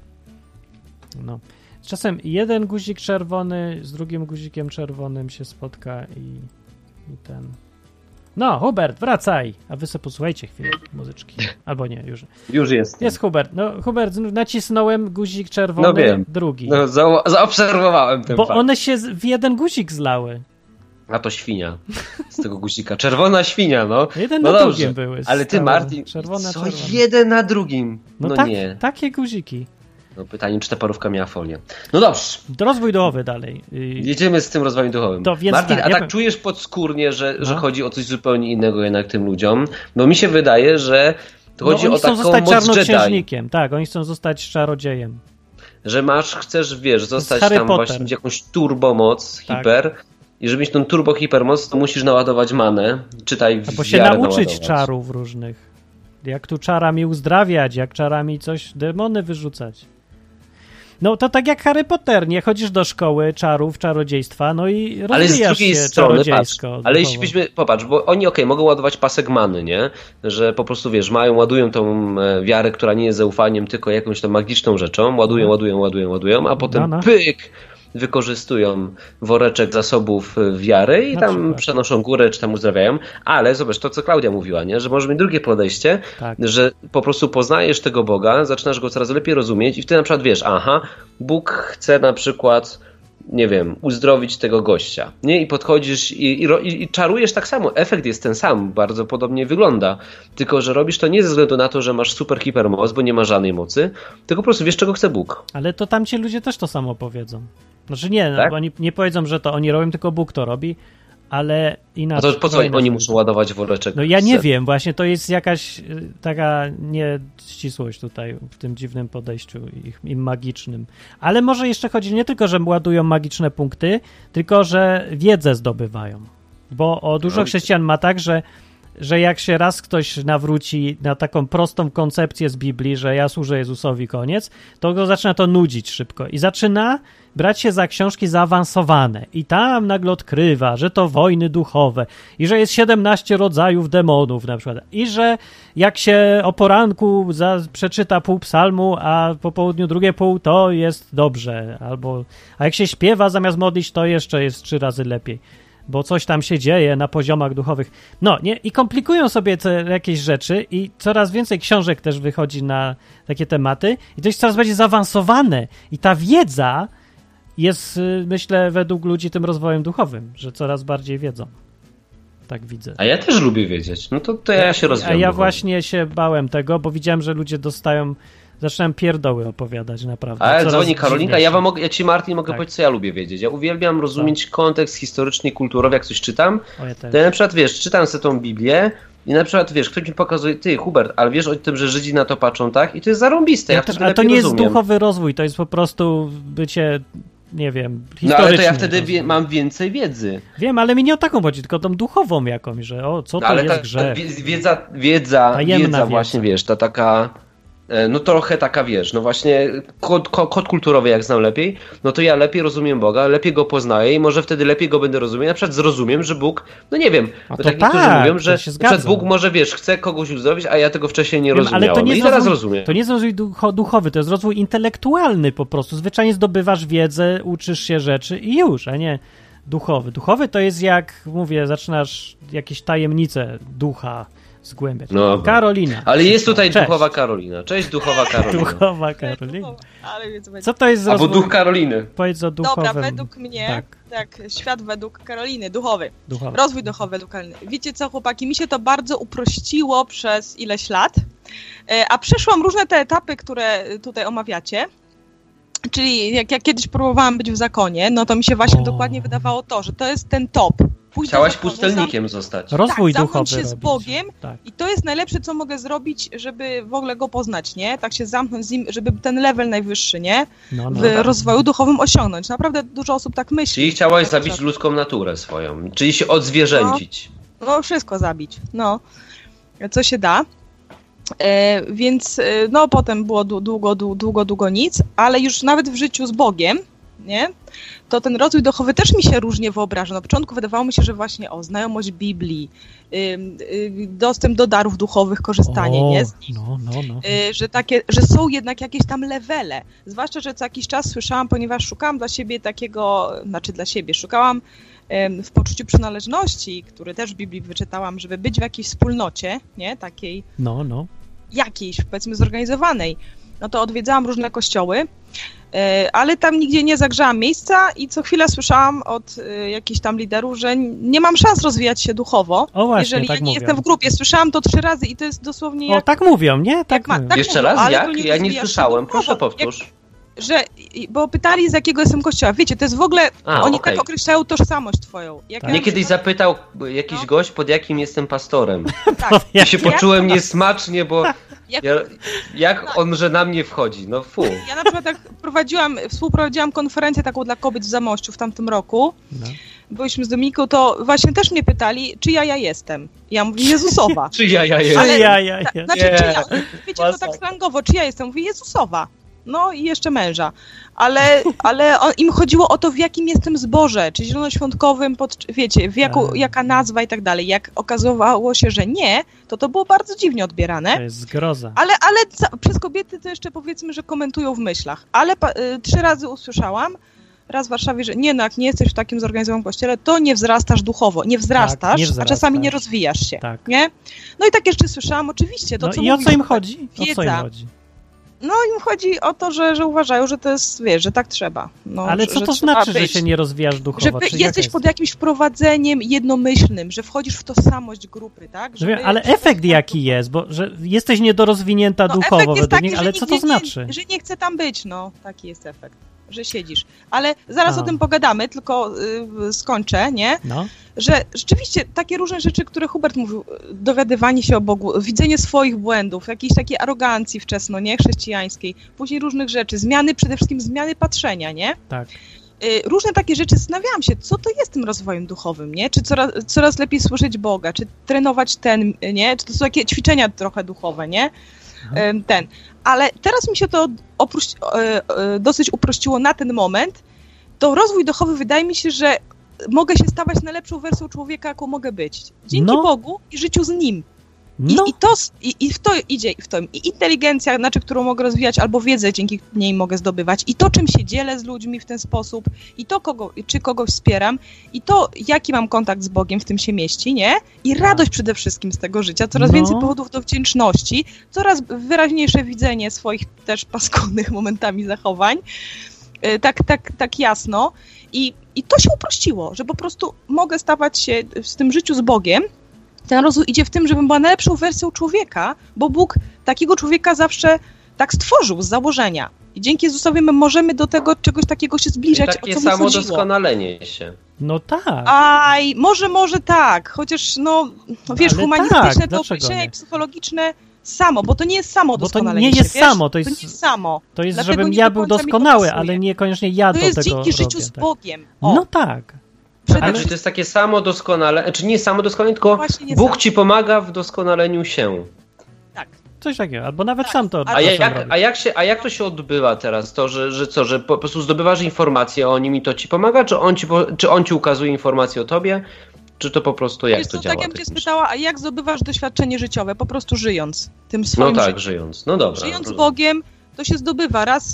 No. Czasem jeden guzik czerwony z drugim guzikiem czerwonym się spotka i ten... No, Hubert, wracaj! A wy sobie posłuchajcie chwilę muzyczki. Albo nie, już. Już jest. Jest Hubert. No, Hubert, nacisnąłem guzik czerwony, wiem. drugi. No, zaobserwowałem ten fakt. Bo one się w jeden guzik zlały. A to świnia z tego guzika. Czerwona świnia, no. Jeden na drugim były. Ale ty, Martin, czerwone. jeden na drugim? No tak, nie. Takie guziki. No pytanie, czy ta parówka miała folię. No dobrze. Rozwój duchowy dalej. Jedziemy z tym rozwojem duchowym. Martin, a tak czujesz podskórnie, że chodzi o coś zupełnie innego jednak tym ludziom? Bo mi się wydaje, że to chodzi o taką moc Jedi. Oni chcą zostać czarnoksiężnikiem. Tak, oni chcą zostać czarodziejem. Że chcesz, zostać tam właśnie jakąś turbomoc, hiper. I żeby mieć tą turbo-hipermoc, to musisz naładować manę. Czytaj albo się nauczyć czarów różnych. Jak tu czarami uzdrawiać, jak czarami demony wyrzucać. No to tak jak Harry Potter, nie chodzisz do szkoły czarów, czarodziejstwa, no i rozwijasz się czarodziejsko. Ale jeśli byśmy, popatrz, bo oni mogą ładować pasek many, nie? Że po prostu ładują tą wiarę, która nie jest zaufaniem, tylko jakąś tam magiczną rzeczą, ładują, a potem pyk! Wykorzystują woreczek zasobów wiary i tam przenoszą górę, czy tam uzdrawiają, ale zobacz, to co Klaudia mówiła, nie? Że może mieć drugie podejście, że po prostu poznajesz tego Boga, zaczynasz go coraz lepiej rozumieć i wtedy na przykład Bóg chce na przykład, nie wiem, uzdrowić tego gościa, nie? I podchodzisz i czarujesz tak samo, efekt jest ten sam, bardzo podobnie wygląda, tylko że robisz to nie ze względu na to, że masz super hipermoc, bo nie ma żadnej mocy, tylko po prostu wiesz, czego chce Bóg. Ale to tamci ludzie też to samo powiedzą. Znaczy nie, bo oni nie powiedzą, że to oni robią, tylko Bóg to robi, ale inaczej. A to po co oni muszą ładować woreczek? No ja nie wiem, właśnie to jest jakaś taka nieścisłość tutaj w tym dziwnym podejściu im magicznym. Ale może jeszcze chodzi nie tylko, że ładują magiczne punkty, tylko, że wiedzę zdobywają. Bo dużo chrześcijan ma tak, że jak się raz ktoś nawróci na taką prostą koncepcję z Biblii, że ja służę Jezusowi, koniec, to go zaczyna to nudzić szybko i zaczyna brać się za książki zaawansowane i tam nagle odkrywa, że to wojny duchowe i że jest 17 rodzajów demonów na przykład i że jak się o poranku przeczyta pół psalmu, a po południu drugie pół, to jest dobrze, a jak się śpiewa zamiast modlić, to jeszcze jest 3 razy lepiej, bo coś tam się dzieje na poziomach duchowych. No, nie? I komplikują sobie te jakieś rzeczy i coraz więcej książek też wychodzi na takie tematy i to jest coraz bardziej zaawansowane i ta wiedza jest, myślę, według ludzi tym rozwojem duchowym, że coraz bardziej wiedzą. Tak widzę. A ja też lubię wiedzieć. No to ja się rozwijam. A ja właśnie się bałem tego, bo widziałem, że ludzie zaczynałem pierdoły opowiadać, naprawdę. A dzwoni Karolinka, ja ci, Martin, mogę powiedzieć, co ja lubię wiedzieć. Ja uwielbiam rozumieć kontekst historyczny i kulturowy, jak coś czytam. To ja na przykład, czytam sobie tą Biblię i na przykład, ktoś mi pokazuje, ty, Hubert, ale wiesz o tym, że Żydzi na to patrzą, tak? I to jest zarąbiste. Ale to nie jest duchowy rozwój, to jest po prostu bycie nie wiem, historycznie. No ale to ja wtedy mam więcej wiedzy. Wiem, ale mi nie o taką chodzi, tylko tą duchową jakąś, że co to ale jest grzech. Wiedza właśnie, wiesz, ta taka... No trochę taka, wiesz, no właśnie kod kulturowy jak znam lepiej, no to ja lepiej rozumiem Boga, lepiej Go poznaję i może wtedy lepiej Go będę rozumiał. Na przykład zrozumiem, że Bóg, no nie wiem, no tak niektórzy mówią, że Bóg może, wiesz, chce kogoś uzdrowić, a ja tego wcześniej nie rozumiałem. Ale to nie teraz rozumiem. To nie jest rozwój duchowy, to jest rozwój intelektualny po prostu. Zwyczajnie zdobywasz wiedzę, uczysz się rzeczy i już, a nie duchowy. Duchowy to jest jak, mówię, zaczynasz jakieś tajemnice ducha zgłębiać. No, Karolina. Ale jest tutaj duchowa Karolina. Cześć, duchowa Karolina. Duchowa Karolina. Co to jest za rozwój? Albo duch Karoliny. Powiedz o duchowym. Dobra, według mnie, tak, świat według Karoliny, duchowy. Rozwój duchowy według Karoliny. Wiecie co, chłopaki, mi się to bardzo uprościło przez ileś lat, a przeszłam różne te etapy, które tutaj omawiacie. Czyli jak ja kiedyś próbowałam być w zakonie, no to mi się właśnie dokładnie wydawało to, że to jest ten top. Chciałaś pustelnikiem zostać. Rozwój tak, duchowy zamknąć się z Bogiem i to jest najlepsze, co mogę zrobić, żeby w ogóle Go poznać, nie? Tak się zamknąć z Nim, żeby ten level najwyższy, nie? W rozwoju duchowym osiągnąć. Naprawdę dużo osób tak myśli. Czyli chciałaś zabić ludzką naturę swoją, czyli się odzwierzęcić. No wszystko zabić, co się da. Więc no potem było długo nic, ale już nawet w życiu z Bogiem, nie? To ten rozwój duchowy też mi się różnie wyobraża. Na początku wydawało mi się, że właśnie znajomość Biblii, dostęp do darów duchowych, korzystanie nie, z nich, że są jednak jakieś tam levele. Zwłaszcza, że co jakiś czas słyszałam, ponieważ szukałam dla siebie szukałam w poczuciu przynależności, który też w Biblii wyczytałam, żeby być w jakiejś wspólnocie, nie, takiej jakiejś, powiedzmy, zorganizowanej. No to odwiedzałam różne kościoły, ale tam nigdzie nie zagrzałam miejsca i co chwilę słyszałam od jakichś tam liderów, że nie mam szans rozwijać się duchowo, jeżeli ja nie jestem w grupie. Słyszałam to 3 razy i to jest dosłownie jak... tak mówią, nie? Tak Jeszcze mówią, raz? Jak? Ja nie słyszałem. Proszę powtórz. Bo pytali, z jakiego jestem kościoła. Wiecie, to jest w ogóle... Oni tak określają tożsamość twoją. Mnie kiedyś zapytał jakiś gość, pod jakim jestem pastorem. Tak. I się poczułem niesmacznie, bo... on, że na mnie wchodzi? No fu. Ja na przykład współprowadziłam konferencję taką dla kobiet w Zamościu w tamtym roku. Byliśmy z Dominiką, to właśnie też mnie pytali, czyja ja jestem. Ja mówię, Jezusowa. Czyja ja jestem. Znaczy, czyja. Wiecie, to tak slangowo, czyja jestem? Mówię, Jezusowa. No i jeszcze męża. Ale im chodziło o to, w jakim jestem zborze, czy zielonoświątkowym, wiecie, jaka nazwa i tak dalej. Jak okazywało się, że nie, to było bardzo dziwnie odbierane. To jest zgroza. Ale przez kobiety to jeszcze powiedzmy, że komentują w myślach. Ale 3 razy usłyszałam, raz w Warszawie, że jak nie jesteś w takim zorganizowanym kościele, to nie wzrastasz duchowo. Nie wzrastasz, a czasami nie rozwijasz się. Tak. Nie? No i tak jeszcze słyszałam, oczywiście. To, co i o co im chodzi? O co im chodzi? No im chodzi o to, że uważają, że to jest, wiesz, że tak trzeba. Ale co to znaczy, że się nie rozwijasz duchowo? Że jesteś pod jakimś wprowadzeniem jednomyślnym, że wchodzisz w tożsamość grupy, tak? Ale efekt jaki jest? Bo że jesteś niedorozwinięta duchowo według nich, ale co to znaczy? Że nie chcę tam być, taki jest efekt. Że siedzisz. Ale zaraz o tym pogadamy, tylko skończę, nie? Że rzeczywiście takie różne rzeczy, które Hubert mówił, dowiadywanie się o Bogu, widzenie swoich błędów, jakiejś takiej arogancji wczesno, nie? Chrześcijańskiej, później różnych rzeczy, przede wszystkim zmiany patrzenia, nie? Tak. Różne takie rzeczy, zastanawiałam się, co to jest tym rozwojem duchowym, nie? Czy coraz lepiej słyszeć Boga, czy trenować nie? Czy to są takie ćwiczenia trochę duchowe, nie? Ale teraz mi się to dosyć uprościło na ten moment. To rozwój duchowy wydaje mi się, że mogę się stawać najlepszą wersją człowieka, jaką mogę być. Dzięki Bogu i życiu z Nim. I w to idzie i inteligencja, którą mogę rozwijać, albo wiedzę, dzięki niej mogę zdobywać, i to, czym się dzielę z ludźmi w ten sposób, i to, czy kogoś wspieram, i to, jaki mam kontakt z Bogiem, w tym się mieści, nie? I radość przede wszystkim z tego życia, coraz więcej powodów do wdzięczności, coraz wyraźniejsze widzenie swoich też paskudnych momentami zachowań, tak jasno. I to się uprościło, że po prostu mogę stawać się w tym życiu z Bogiem. Ten rozwój idzie w tym, żebym była najlepszą wersją człowieka, bo Bóg takiego człowieka zawsze tak stworzył z założenia. I dzięki Jezusowi my możemy do tego czegoś takiego się zbliżać, takie o co samo doskonalenie się. No tak. Może tak, chociaż wiesz, humanistyczne to określenia psychologiczne Samo, bo to nie jest samo doskonalenie się. Bo to nie jest wiesz? samo, to nie jest samo. To jest, żebym ja był doskonały, ale niekoniecznie ja do tego robię. To jest dzięki życiu z Bogiem. No tak. Ale czy to jest takie samo doskonale, czy nie samo doskonale, tylko Bóg ci pomaga w doskonaleniu się. Tak. Coś takiego, albo nawet sam to A jak to się odbywa teraz? To, że po prostu zdobywasz informacje o nim i to ci pomaga, czy on ci ukazuje informacje o tobie, czy to po prostu jak to działa? Tak, ja bym cię spytała, a jak zdobywasz doświadczenie życiowe? Po prostu żyjąc tym swoim życiem. No tak, żyjąc. No dobra. Żyjąc z Bogiem, to się zdobywa. Raz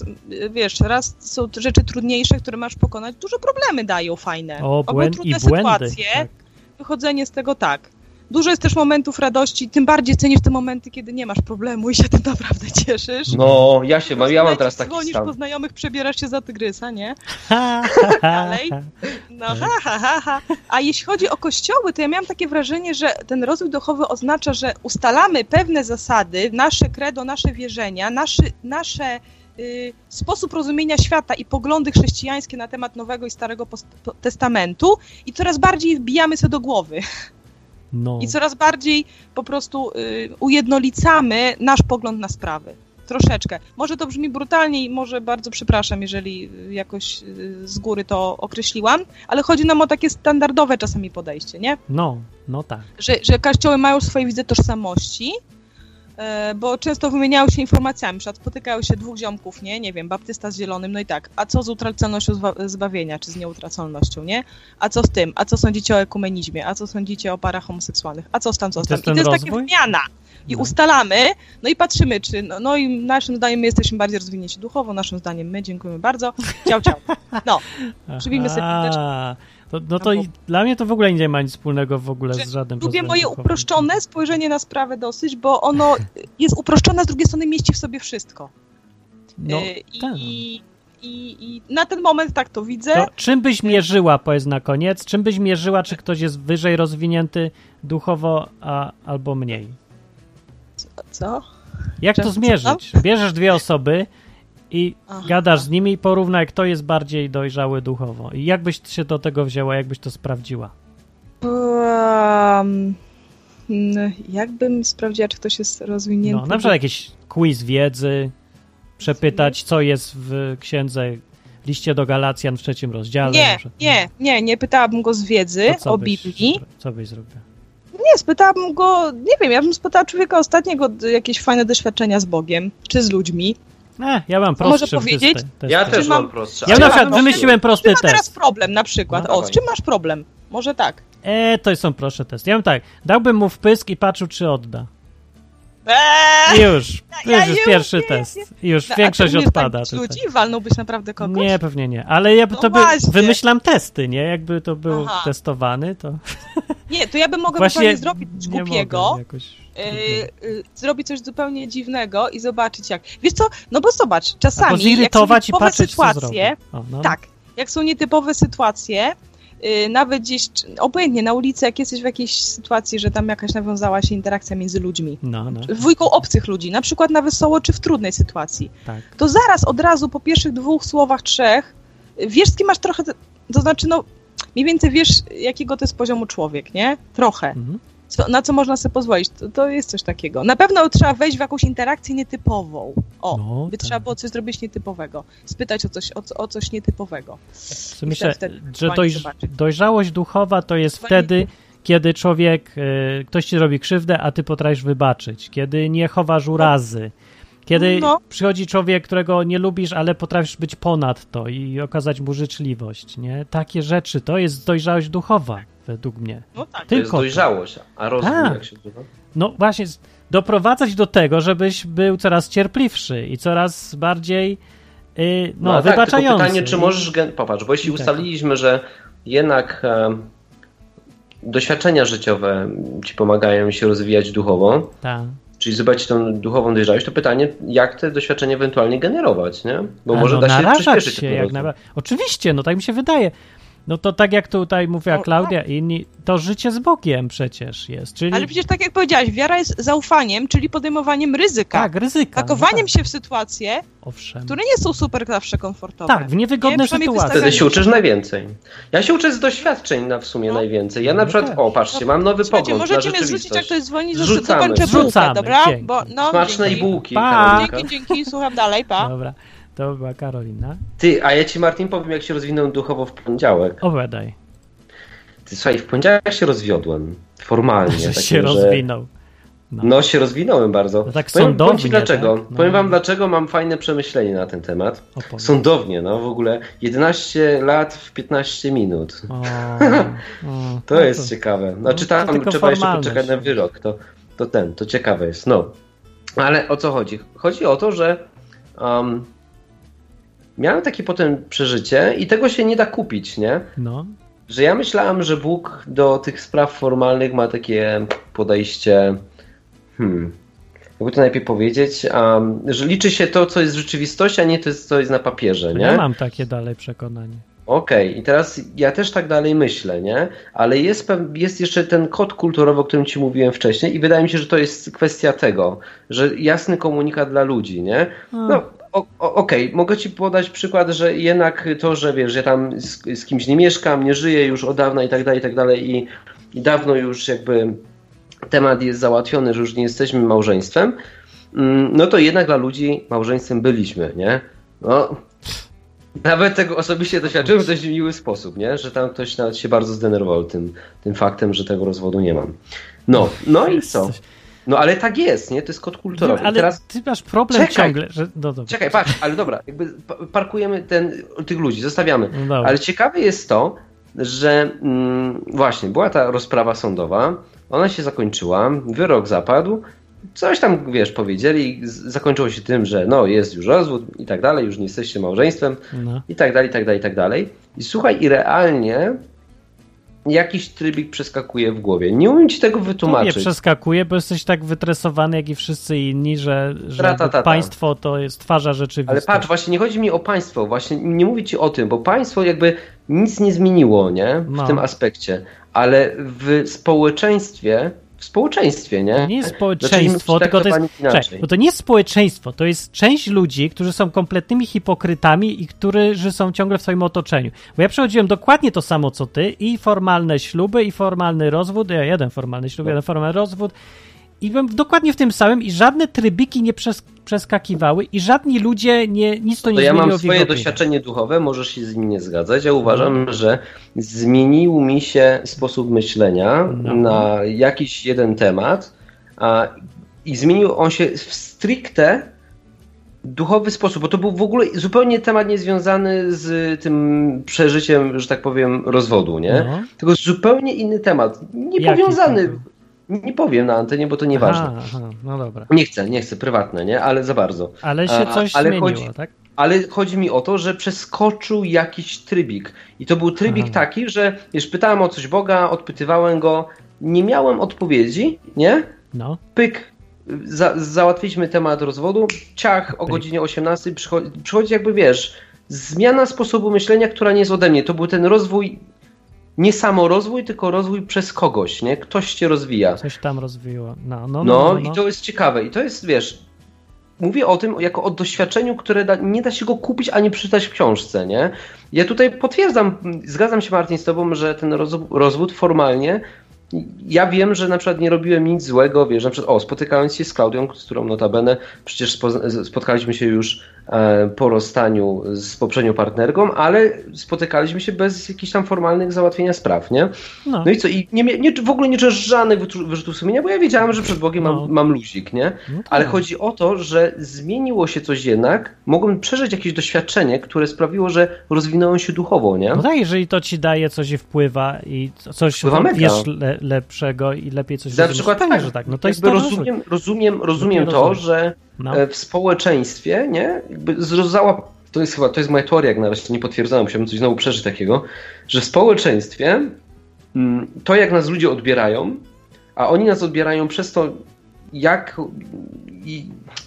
są rzeczy trudniejsze, które masz pokonać. Duże problemy dają fajne. Trudne sytuacje. Tak. Wychodzenie z tego tak. Dużo jest też momentów radości, tym bardziej cenisz te momenty, kiedy nie masz problemu i się tym naprawdę cieszysz. No, ja mam teraz taki stan. Dzwonisz po znajomych, przebierasz się za tygrysa, nie? Dalej. No A jeśli chodzi o kościoły, to ja miałam takie wrażenie, że ten rozwój duchowy oznacza, że ustalamy pewne zasady, nasze credo, nasze wierzenia, nasze sposób rozumienia świata i poglądy chrześcijańskie na temat Nowego i Starego Testamentu i coraz bardziej wbijamy sobie do głowy. No. I coraz bardziej po prostu ujednolicamy nasz pogląd na sprawy. Troszeczkę. Może to brzmi brutalnie i może bardzo przepraszam, jeżeli jakoś z góry to określiłam, ale chodzi nam o takie standardowe czasami podejście, nie? No tak. Że kościoły mają swoje widzę tożsamości, bo często wymieniają się informacjami, na przykład spotykają się dwóch ziomków, nie wiem, baptysta z zielonym, no i tak, a co z utracalnością zbawienia, czy z nieutracalnością, nie? A co z tym? A co sądzicie o ekumenizmie? A co sądzicie o parach homoseksualnych? A co z tam, co z tam? I to jest takie wymiana. I ustalamy, no i patrzymy, czy, no i naszym zdaniem my jesteśmy bardziej rozwinięci duchowo, naszym zdaniem my, dziękujemy bardzo, ciao. No, przybijmy sobie piłeczkę. To dla mnie to w ogóle nie ma nic wspólnego z żadnym. Lubię moje uproszczone spojrzenie na sprawę dosyć, bo ono jest uproszczone, z drugiej strony mieści w sobie wszystko. No, I na ten moment tak to widzę. To czym byś mierzyła, powiedz na koniec, czym byś mierzyła, czy ktoś jest wyżej rozwinięty duchowo, albo mniej? Co? Jak to zmierzyć? Bierzesz dwie osoby i gadasz z nimi i porównaj, kto jest bardziej dojrzały duchowo. I jak byś się do tego wzięła, jak byś to sprawdziła? Jakbym sprawdziła, czy ktoś jest rozwinięty. No, na przykład jakiś quiz wiedzy, przepytać, co jest w księdze liście do Galacjan w 3 rozdziale. Nie pytałabym go z wiedzy o Biblii. Co byś zrobiła? Nie, spytałabym go, nie wiem, ja bym spytała człowieka ostatniego jakieś fajne doświadczenia z Bogiem, czy z ludźmi. Ja mam prostszy test. Ja też mam prostszy. Ja na przykład wymyśliłem prosty test. Czy ma teraz problem na przykład? Z czym masz problem? Może tak. To są prostsze testy. Ja bym tak, dałbym mu wpysk i patrzył, czy odda. Już jest pierwszy test. Już większość odpada. Ludzi walnąłbyś naprawdę kogoś? Nie, pewnie nie. Ale wymyślam testy, nie? Jakby to był testowany, to... Nie, to ja bym mogła zrobić coś głupiego, zrobić coś zupełnie dziwnego i zobaczyć jak. Wiesz co, no bo zobacz, czasami zirytować jak są nietypowe sytuacje, tak, jak są nietypowe sytuacje, nawet gdzieś, obojętnie na ulicy, jak jesteś w jakiejś sytuacji, że tam jakaś nawiązała się interakcja między ludźmi, dwójką obcych ludzi, na przykład na wesoło czy w trudnej sytuacji, to zaraz od razu po pierwszych 2 słowach, 3 wiesz, z kim masz trochę, to znaczy mniej więcej wiesz, jakiego to jest poziomu człowiek, nie? Trochę. Na co można sobie pozwolić. To jest coś takiego. Na pewno trzeba wejść w jakąś interakcję nietypową. Trzeba było coś zrobić nietypowego. Spytać o coś nietypowego. Myślę, że dojrzałość duchowa to jest wtedy, kiedy ktoś ci robi krzywdę, a ty potrafisz wybaczyć. Kiedy nie chowasz urazy. Kiedy przychodzi człowiek, którego nie lubisz, ale potrafisz być ponad to i okazać mu życzliwość, nie? Takie rzeczy, to jest dojrzałość duchowa, według mnie. No tak. To jest dojrzałość, a rozwój jak się nazywa? No właśnie, doprowadzać do tego, żebyś był coraz cierpliwszy i coraz bardziej wybaczający. Tylko pytanie, czy możesz... Popatrz, bo jeśli ustaliliśmy, że jednak doświadczenia życiowe ci pomagają się rozwijać duchowo, czyli zobaczyć tą duchową dojrzałość, to pytanie, jak te doświadczenia ewentualnie generować, nie? Bo może da się przyspieszyć. Oczywiście, tak mi się wydaje. No to tak jak tutaj mówiła Klaudia i inni, to życie z Bogiem przecież jest. Czyli... Ale przecież tak jak powiedziałaś, wiara jest zaufaniem, czyli podejmowaniem ryzyka. Tak, ryzyka. Pakowaniem się w sytuacje, które nie są super zawsze komfortowe. Tak, w niewygodne sytuacje. Wtedy się uczysz najwięcej. Ja się uczę z doświadczeń w sumie najwięcej. Ja na przykład, patrzcie, mam nowy pogląd na rzeczywistość. Możecie mnie zrzucić, jak to jest dzwonić, że dokończę bułkę, dobra? Smacznej bułki, Dzięki, słucham dalej, pa. Dobra. To była Karolina. A ja ci, Martin, powiem, jak się rozwinąłem duchowo w poniedziałek. Opowiadaj. Słuchaj, w poniedziałek się rozwiodłem. Formalnie. Że się rozwinął. No, się rozwinąłem bardzo. No tak sądownie. Powiem ci dlaczego. Tak? No. Powiem wam, dlaczego mam fajne przemyślenie na ten temat. Opowiedz. Sądownie, w ogóle 11 lat w 15 minut. To jest ciekawe. Znaczy tam trzeba jeszcze poczekać na wyrok. To ciekawe jest. No. Ale o co chodzi? Chodzi o to, że miałem takie potem przeżycie i tego się nie da kupić, nie? No. Że ja myślałem, że Bóg do tych spraw formalnych ma takie podejście, jakby to najpierw powiedzieć, że liczy się to, co jest w rzeczywistości, a nie to, co jest na papierze, nie? Ja mam takie dalej przekonanie. Okej, i teraz ja też tak dalej myślę, nie? Ale jest jeszcze ten kod kulturowy, o którym ci mówiłem wcześniej i wydaje mi się, że to jest kwestia tego, że jasny komunikat dla ludzi, nie? No, okej, mogę ci podać przykład, że jednak to, że wiesz, że ja tam z kimś nie mieszkam, nie żyję już od dawna i tak dalej i dawno już jakby temat jest załatwiony, że już nie jesteśmy małżeństwem, no to jednak dla ludzi małżeństwem byliśmy, nie? No, nawet tego osobiście doświadczyłem w dość miły sposób, nie? Że tam ktoś nawet się bardzo zdenerwował tym faktem, że tego rozwodu nie mam. No i co? No ale tak jest, nie? To jest kod kulturowy. Ale teraz... ty masz problem ciągle, że... No dobra. Czekaj, patrz, ale dobra, jakby parkujemy tych ludzi, zostawiamy. No ale ciekawe jest to, że właśnie była ta rozprawa sądowa, ona się zakończyła, wyrok zapadł, coś tam, wiesz, powiedzieli, zakończyło się tym, że jest już rozwód i tak dalej, już nie jesteście małżeństwem i tak dalej. I słuchaj, i realnie jakiś trybik przeskakuje w głowie. Nie umiem ci tego wytłumaczyć. Nie przeskakuje, bo jesteś tak wytresowany, jak i wszyscy inni, że państwo to jest twarza rzeczywistości. Ale patrz, właśnie nie chodzi mi o państwo, właśnie nie mówię ci o tym, bo państwo jakby nic nie zmieniło, nie? W tym aspekcie. Ale w społeczeństwie, nie? To nie jest społeczeństwo, tylko to jest... Bo to nie jest społeczeństwo, to jest część ludzi, którzy są kompletnymi hipokrytami i którzy są ciągle w swoim otoczeniu. Bo ja przechodziłem dokładnie to samo, co ty, i formalne śluby, i formalny rozwód, jeden formalny ślub, jeden formalny rozwód, i byłem dokładnie w tym samym i żadne trybiki nie przeskakiwały i żadni ludzie nic to nie zmieniło. Ja mam swoje doświadczenie duchowe, możesz się z nim nie zgadzać. Ja uważam, że zmienił mi się sposób myślenia na jakiś jeden temat i zmienił on się w stricte duchowy sposób, bo to był w ogóle zupełnie temat niezwiązany z tym przeżyciem, że tak powiem, rozwodu, nie? Tylko zupełnie inny temat, niepowiązany. Nie powiem na antenie, bo to nieważne. No dobra. Nie chcę, prywatne, nie? Ale za bardzo. Ale się coś zmieniło, tak? Ale chodzi mi o to, że przeskoczył jakiś trybik. I to był trybik taki, że pytałem o coś Boga, odpytywałem go, nie miałem odpowiedzi, nie? Pyk, załatwiliśmy temat rozwodu, ciach, o godzinie 18 przychodzi jakby, wiesz, zmiana sposobu myślenia, która nie jest ode mnie. To był ten rozwój, nie samorozwój, tylko rozwój przez kogoś, nie? Ktoś cię rozwija. Coś tam rozwijało. I to jest ciekawe. I to jest, wiesz, mówię o tym jako o doświadczeniu, które nie da się go kupić ani przeczytać w książce, nie? Ja tutaj potwierdzam, zgadzam się, Martin, z tobą, że ten rozwód formalnie, ja wiem, że na przykład nie robiłem nic złego, wiesz, na przykład spotykając się z Klaudią, z którą notabene przecież spotkaliśmy się już po rozstaniu z poprzednią partnerką, ale spotykaliśmy się bez jakichś tam formalnych załatwienia spraw, nie? No i co? I w ogóle nie czułem żadnych wyrzutów sumienia, bo ja wiedziałem, że przed Bogiem mam luzik, nie? Ale chodzi o to, że zmieniło się coś jednak, mogłem przeżyć jakieś doświadczenie, które sprawiło, że rozwinąłem się duchowo, nie? No tak, jeżeli to ci daje coś i wpływa i coś wiesz lepszego i lepiej coś na przykład tak, że tak. No to jest rozumiem to, że w społeczeństwie, nie? Jakby to jest moja teoria, jak na razie nie potwierdzałem, musiałbym coś znowu przeżyć takiego, że w społeczeństwie to, jak nas ludzie odbierają, a oni nas odbierają przez to, jak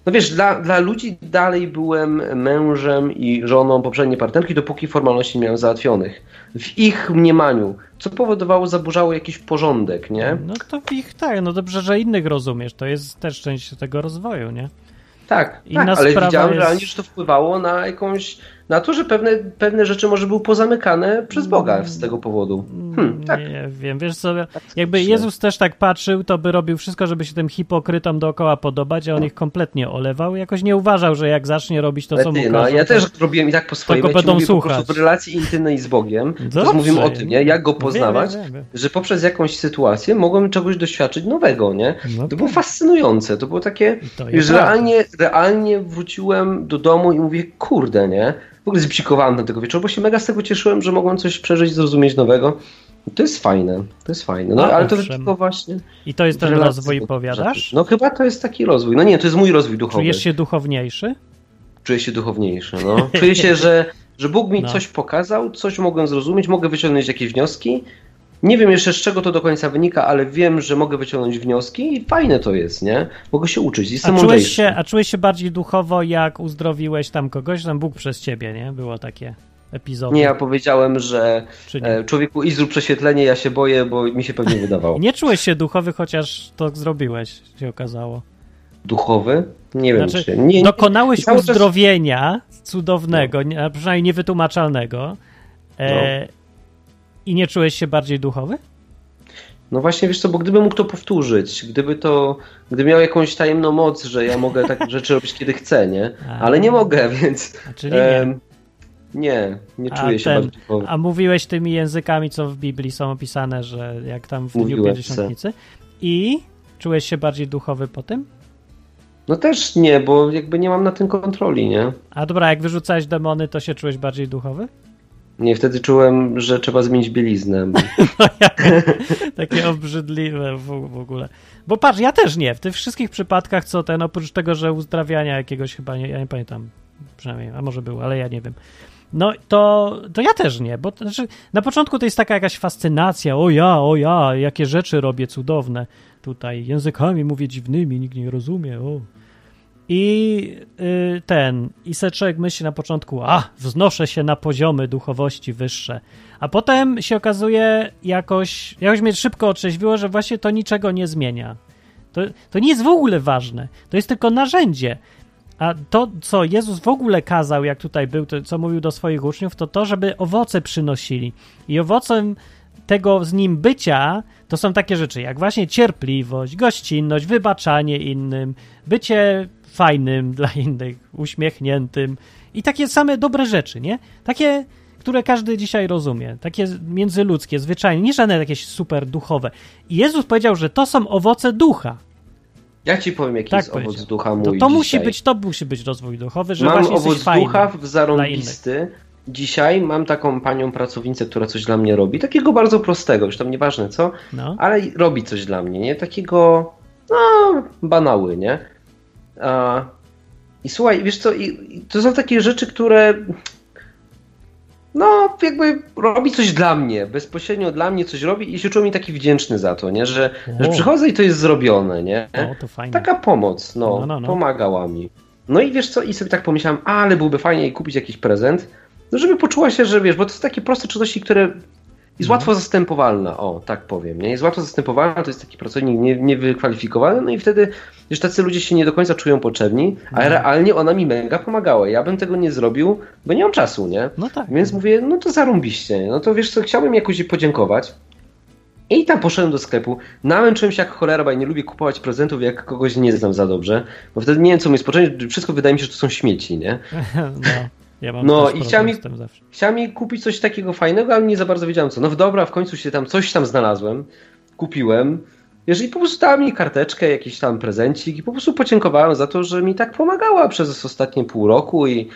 No wiesz, dla ludzi dalej byłem mężem i żoną poprzedniej partnerki, dopóki formalności nie miałem załatwionych. W ich mniemaniu, co powodowało, zaburzało jakiś porządek, nie? No to w ich, tak, no dobrze, że innych rozumiesz, to jest też część tego rozwoju, nie? Tak, ale widziałem realnie, że to wpływało na to, że pewne rzeczy może były pozamykane przez Boga z tego powodu. Tak. Nie wiem, wiesz co, jakby Jezus też tak patrzył, to by robił wszystko, żeby się tym hipokrytom dookoła podobać, a on ich kompletnie olewał i jakoś nie uważał, że jak zacznie robić to, co mu każą, ja też robiłem i tak po swojemu, ja będą słuchać. Po prostu w relacji intymnej z Bogiem, to mówimy o tym, nie? Jak go poznawać, że poprzez jakąś sytuację mogłem czegoś doświadczyć nowego, nie? No to było fascynujące, to było takie, że realnie wróciłem do domu i mówię, kurde, nie? W ogóle zbzikowałem na tego wieczoru, bo się mega z tego cieszyłem, że mogłem coś przeżyć, zrozumieć nowego. To jest fajne. No, ale to tylko właśnie... I to jest ten rozwój, powiadasz? No chyba to jest taki rozwój. No nie, to jest mój rozwój duchowy. Czujesz się duchowniejszy? Czuję się duchowniejszy, no. Czuję się, że Bóg mi coś pokazał, coś mogłem zrozumieć, mogę wyciągnąć jakieś wnioski. Nie wiem jeszcze z czego to do końca wynika, ale wiem, że mogę wyciągnąć wnioski i fajne to jest, nie? Mogę się uczyć, jestem mądrzejszy. A czułeś się bardziej duchowo, jak uzdrowiłeś tam kogoś, tam Bóg przez ciebie, nie? Było takie epizody. Nie, ja powiedziałem, że człowieku idź zrób prześwietlenie, ja się boję, bo mi się pewnie wydawało. Nie czułeś się duchowy, chociaż to zrobiłeś, się okazało. Duchowy? Nie wiem, znaczy, czy... Nie, dokonałeś uzdrowienia cudownego, a przynajmniej niewytłumaczalnego. I nie czułeś się bardziej duchowy? No właśnie, wiesz co, bo gdyby mógł to powtórzyć, gdyby miał jakąś tajemną moc, że ja mogę tak rzeczy robić kiedy chcę, nie? Ale nie mogę, więc... Czyli nie czuję się bardziej duchowy. A mówiłeś tymi językami, co w Biblii są opisane, że jak tam w Dniu Pięćdziesiątnicy? I czułeś się bardziej duchowy po tym? No też nie, bo jakby nie mam na tym kontroli, nie? A dobra, jak wyrzucałeś demony, to się czułeś bardziej duchowy? Nie, wtedy czułem, że trzeba zmienić bieliznę. Bo... No, takie obrzydliwe w ogóle. Bo patrz, ja też nie. W tych wszystkich przypadkach, co oprócz tego, że uzdrawiania jakiegoś chyba, ja nie pamiętam, przynajmniej, a może był, ale ja nie wiem. No to ja też nie, bo to znaczy, na początku to jest taka jakaś fascynacja, o ja, jakie rzeczy robię cudowne tutaj, językami mówię dziwnymi, nikt nie rozumie, I se człowiek myśli na początku, wznoszę się na poziomy duchowości wyższe, a potem się okazuje jakoś mnie szybko otrzeźwiło, że właśnie to niczego nie zmienia. To nie jest w ogóle ważne, to jest tylko narzędzie. A to, co Jezus w ogóle kazał, jak tutaj był, to, co mówił do swoich uczniów, to, żeby owoce przynosili. I owocem tego z nim bycia to są takie rzeczy, jak właśnie cierpliwość, gościnność, wybaczanie innym, bycie fajnym dla innych, uśmiechniętym i takie same dobre rzeczy, nie? Takie, które każdy dzisiaj rozumie, takie międzyludzkie, zwyczajne, nie żadne jakieś super duchowe. I Jezus powiedział, że to są owoce ducha. Ja ci powiem, jaki jest owoc ducha mój to musi być rozwój duchowy, że mam właśnie owoc jesteś fajny ducha zarąbisty. Dzisiaj mam taką panią pracownicę, która coś dla mnie robi. Takiego bardzo prostego, już tam nieważne co, ale robi coś dla mnie, nie? Takiego, banały, nie? I słuchaj, wiesz co, to są takie rzeczy, które jakby robi coś dla mnie, bezpośrednio dla mnie coś robi i się czułem mi taki wdzięczny za to, nie? Że przychodzę i to jest zrobione, nie? To fajnie. Taka pomoc, pomagała mi. No i wiesz co, i sobie tak pomyślałem, ale byłby fajnie jej kupić jakiś prezent, żeby poczuła się, że wiesz, bo to są takie proste czynności, które jest łatwo zastępowalna, tak powiem, nie? Jest łatwo zastępowalna, to jest taki pracownik niewykwalifikowany, no i wtedy, wiesz, tacy ludzie się nie do końca czują potrzebni, a realnie ona mi mega pomagała. Ja bym tego nie zrobił, bo nie mam czasu, nie? No tak. Więc mówię, to zarąbiście, no to wiesz co, chciałbym jakoś jej podziękować. I tam poszedłem do sklepu, namęczyłem się jak cholera, bo ja nie lubię kupować prezentów, jak kogoś nie znam za dobrze, bo wtedy nie wiem, co mi spocząć, wszystko wydaje mi się, że to są śmieci, nie? Ja mam i chciałem mi kupić coś takiego fajnego, ale nie za bardzo wiedziałem co. No dobra, w końcu się tam coś znalazłem, kupiłem. Jeżeli po prostu dała mi karteczkę, jakiś tam prezencik i po prostu podziękowałem za to, że mi tak pomagała przez ostatnie pół roku i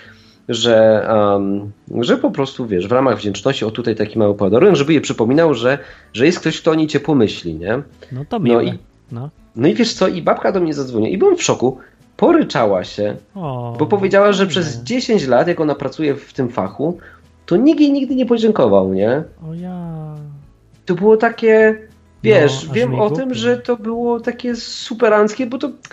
że po prostu, wiesz, w ramach wdzięczności tutaj taki mały podarunek, żeby je przypominał, że jest ktoś, kto o niej ciepło myśli, nie? No to miłe. No i wiesz co, i babka do mnie zadzwoniła i byłem w szoku. Poryczała się, bo powiedziała, że przez 10 lat, jak ona pracuje w tym fachu, to nikt jej nigdy nie podziękował, nie? To było takie, wiesz, wiem o tym, że to było takie superanckie, bo to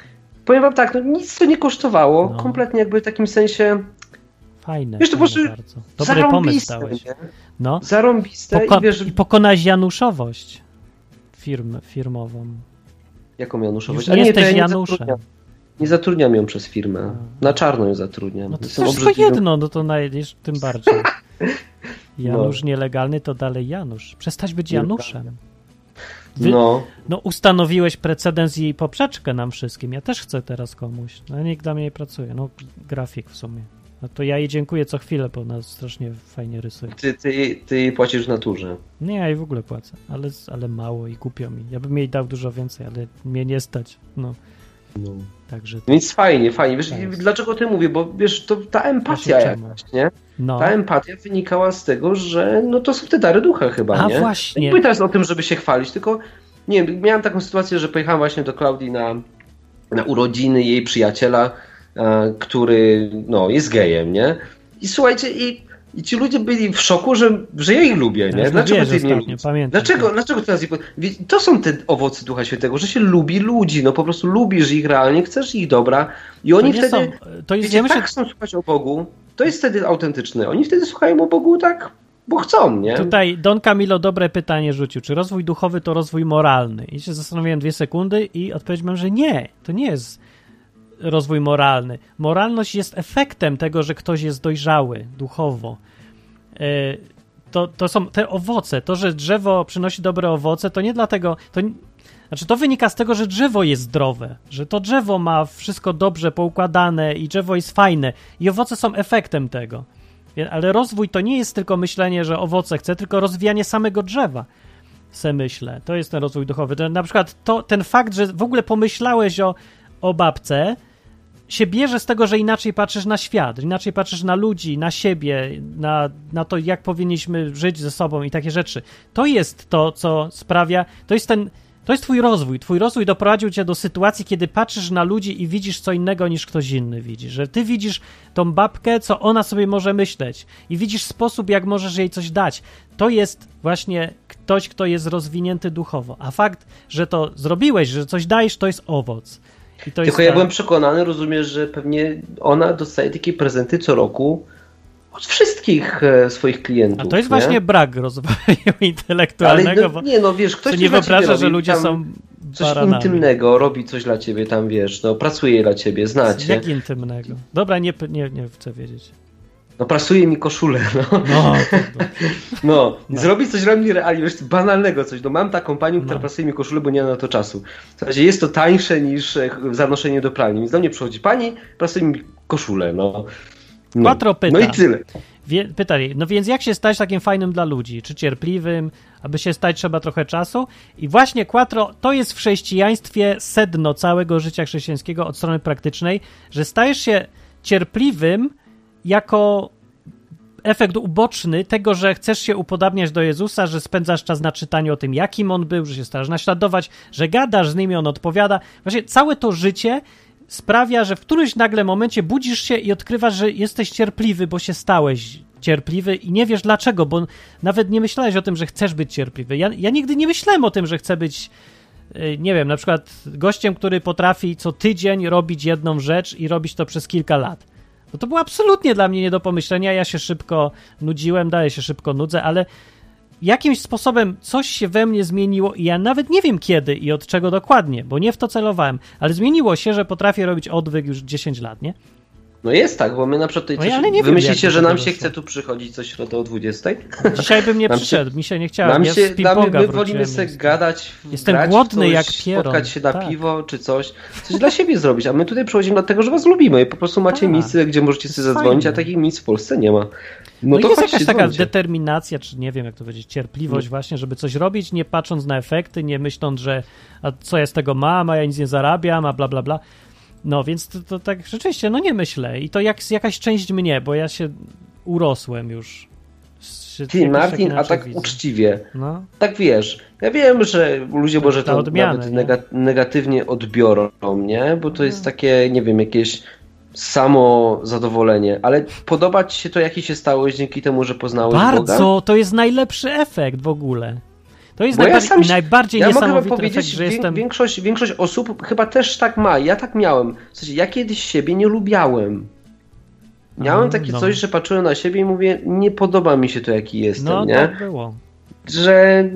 powiem wam tak, no nic to nie kosztowało, kompletnie jakby w takim sensie... Fajne. Wiesz, to po prostu dobry pomysł dałeś. No. Zarąbiste. I pokonać Januszowość firmową. Jaką Januszowość? Już nie jesteś Januszem. Nie zatrudniam ją przez firmę. Na czarno ją zatrudniam. No to wszystko jedno, no to tym bardziej. Janusz nielegalny to dalej Janusz. Przestać być Januszem. No ustanowiłeś precedens i jej poprzeczkę nam wszystkim. Ja też chcę teraz komuś. No nikt dla mnie nie pracuje. No grafik w sumie. No to ja jej dziękuję co chwilę, bo ona strasznie fajnie rysuje. Ty jej płacisz w naturze. Nie, ja jej w ogóle płacę. Ale mało i głupio mi. Ja bym jej dał dużo więcej, ale mnie nie stać. No. Także Więc fajnie. Wiesz, dlaczego o tym mówię? Bo wiesz, to ta empatia jakaś, nie? No. Ta empatia wynikała z tego, że no to są te dary ducha chyba, nie? Właśnie. Nie mówię teraz o tym, żeby się chwalić, tylko nie wiem, miałem taką sytuację, że pojechałem właśnie do Klaudii na urodziny jej przyjaciela, który jest gejem, nie? I słuchajcie, i ci ludzie byli w szoku, że ja ich lubię, nie? Dlaczego ty mnie lubisz? Dlaczego ty nas nie... To są te owoce Ducha Świętego, że się lubi ludzi, no po prostu lubisz ich realnie, chcesz ich dobra i oni wtedy... tak chcą słuchać o Bogu, to jest wtedy autentyczne. Oni wtedy słuchają o Bogu tak, bo chcą, nie? Tutaj Don Camilo dobre pytanie rzucił. Czy rozwój duchowy to rozwój moralny? I się zastanowiłem 2 sekundy i odpowiedziałem, że nie. To nie jest rozwój moralny. Moralność jest efektem tego, że ktoś jest dojrzały duchowo. To są te owoce. To, że drzewo przynosi dobre owoce, to nie dlatego... To wynika z tego, że drzewo jest zdrowe, że to drzewo ma wszystko dobrze poukładane i drzewo jest fajne i owoce są efektem tego. Ale rozwój to nie jest tylko myślenie, że owoce chcę, tylko rozwijanie samego drzewa. Myślę. To jest ten rozwój duchowy. Na przykład ten fakt, że w ogóle pomyślałeś o babce, się bierze z tego, że inaczej patrzysz na świat, inaczej patrzysz na ludzi, na siebie, na to, jak powinniśmy żyć ze sobą i takie rzeczy. To jest to, co sprawia, to jest twój rozwój. Twój rozwój doprowadził cię do sytuacji, kiedy patrzysz na ludzi i widzisz co innego niż ktoś inny widzi. Że ty widzisz tą babkę, co ona sobie może myśleć i widzisz sposób, jak możesz jej coś dać. To jest właśnie ktoś, kto jest rozwinięty duchowo. A fakt, że to zrobiłeś, że coś dajesz, to jest owoc. Tylko ja byłem przekonany, rozumiesz, że pewnie ona dostaje takie prezenty co roku od wszystkich swoich klientów. A to jest właśnie brak rozwoju intelektualnego. Ale wiesz, ktoś nie wyobraża, że ludzie są coś intymnego, robi coś dla ciebie tam, wiesz, pracuje dla ciebie, znacie. Jak intymnego? Dobra, nie chcę wiedzieć. Prasuje mi koszulę, Zrobi coś dla mnie realnie, wiesz, banalnego coś. Mam taką panią, która prasuje mi koszulę, bo nie ma na to czasu. W zasadzie jest to tańsze niż zanoszenie do pralni. Więc do mnie przychodzi pani, prasuje mi koszulę, Quattro pyta. No i tyle. Pytali, więc jak się stać takim fajnym dla ludzi? Czy cierpliwym? Aby się stać, trzeba trochę czasu. I właśnie Quattro, to jest w chrześcijaństwie sedno całego życia chrześcijańskiego od strony praktycznej, że stajesz się cierpliwym jako efekt uboczny tego, że chcesz się upodabniać do Jezusa, że spędzasz czas na czytaniu o tym, jakim On był, że się starasz naśladować, że gadasz z nimi, On odpowiada. Właśnie całe to życie sprawia, że w którymś nagle momencie budzisz się i odkrywasz, że jesteś cierpliwy, bo się stałeś cierpliwy i nie wiesz dlaczego, bo nawet nie myślałeś o tym, że chcesz być cierpliwy. Ja nigdy nie myślałem o tym, że chcę być, nie wiem, na przykład gościem, który potrafi co tydzień robić jedną rzecz i robić to przez kilka lat. Bo to było absolutnie dla mnie nie do pomyślenia. Ja się szybko nudziłem, dalej się szybko nudzę, ale jakimś sposobem coś się we mnie zmieniło i ja nawet nie wiem kiedy i od czego dokładnie, bo nie w to celowałem, ale zmieniło się, że potrafię robić odwyk już 10 lat, nie? No jest tak, bo my na przykład tutaj wy myślicie, że nam się chce tu przychodzić co środę o 20? Dzisiaj bym nie przyszedł, mi się nie chciało. My wolimy sobie gadać, jestem głodny jak pieron. Spotkać się na piwo czy coś dla siebie zrobić, a my tutaj przychodzimy dlatego, że was lubimy i po prostu macie miejsce, gdzie możecie sobie zadzwonić, a takich miejsc w Polsce nie ma. No to jest jakaś taka determinacja, czy nie wiem jak to powiedzieć, cierpliwość właśnie, żeby coś robić, nie patrząc na efekty, nie myśląc, że a co ja z tego mam, a ja nic nie zarabiam, a bla bla bla. No więc to tak rzeczywiście, nie myślę i to jakaś część mnie, bo ja się urosłem już. Ty, Martin, a tak widzę. Uczciwie, tak wiesz, ja wiem, że ludzie może to nawet negatywnie odbiorą, nie? Bo to jest takie, nie wiem, jakieś samo zadowolenie, ale podoba ci się to, jaki się stałeś dzięki temu, że poznałeś Boga? Bardzo, to jest najlepszy efekt w ogóle. To jest najbardziej niesamowity efekt, że jestem... Większość osób chyba też tak ma. Ja tak miałem. W sensie, ja kiedyś siebie nie lubiałem. Miałem takie coś, że patrzyłem na siebie i mówię, nie podoba mi się to, jaki jestem, nie? Tak było. Że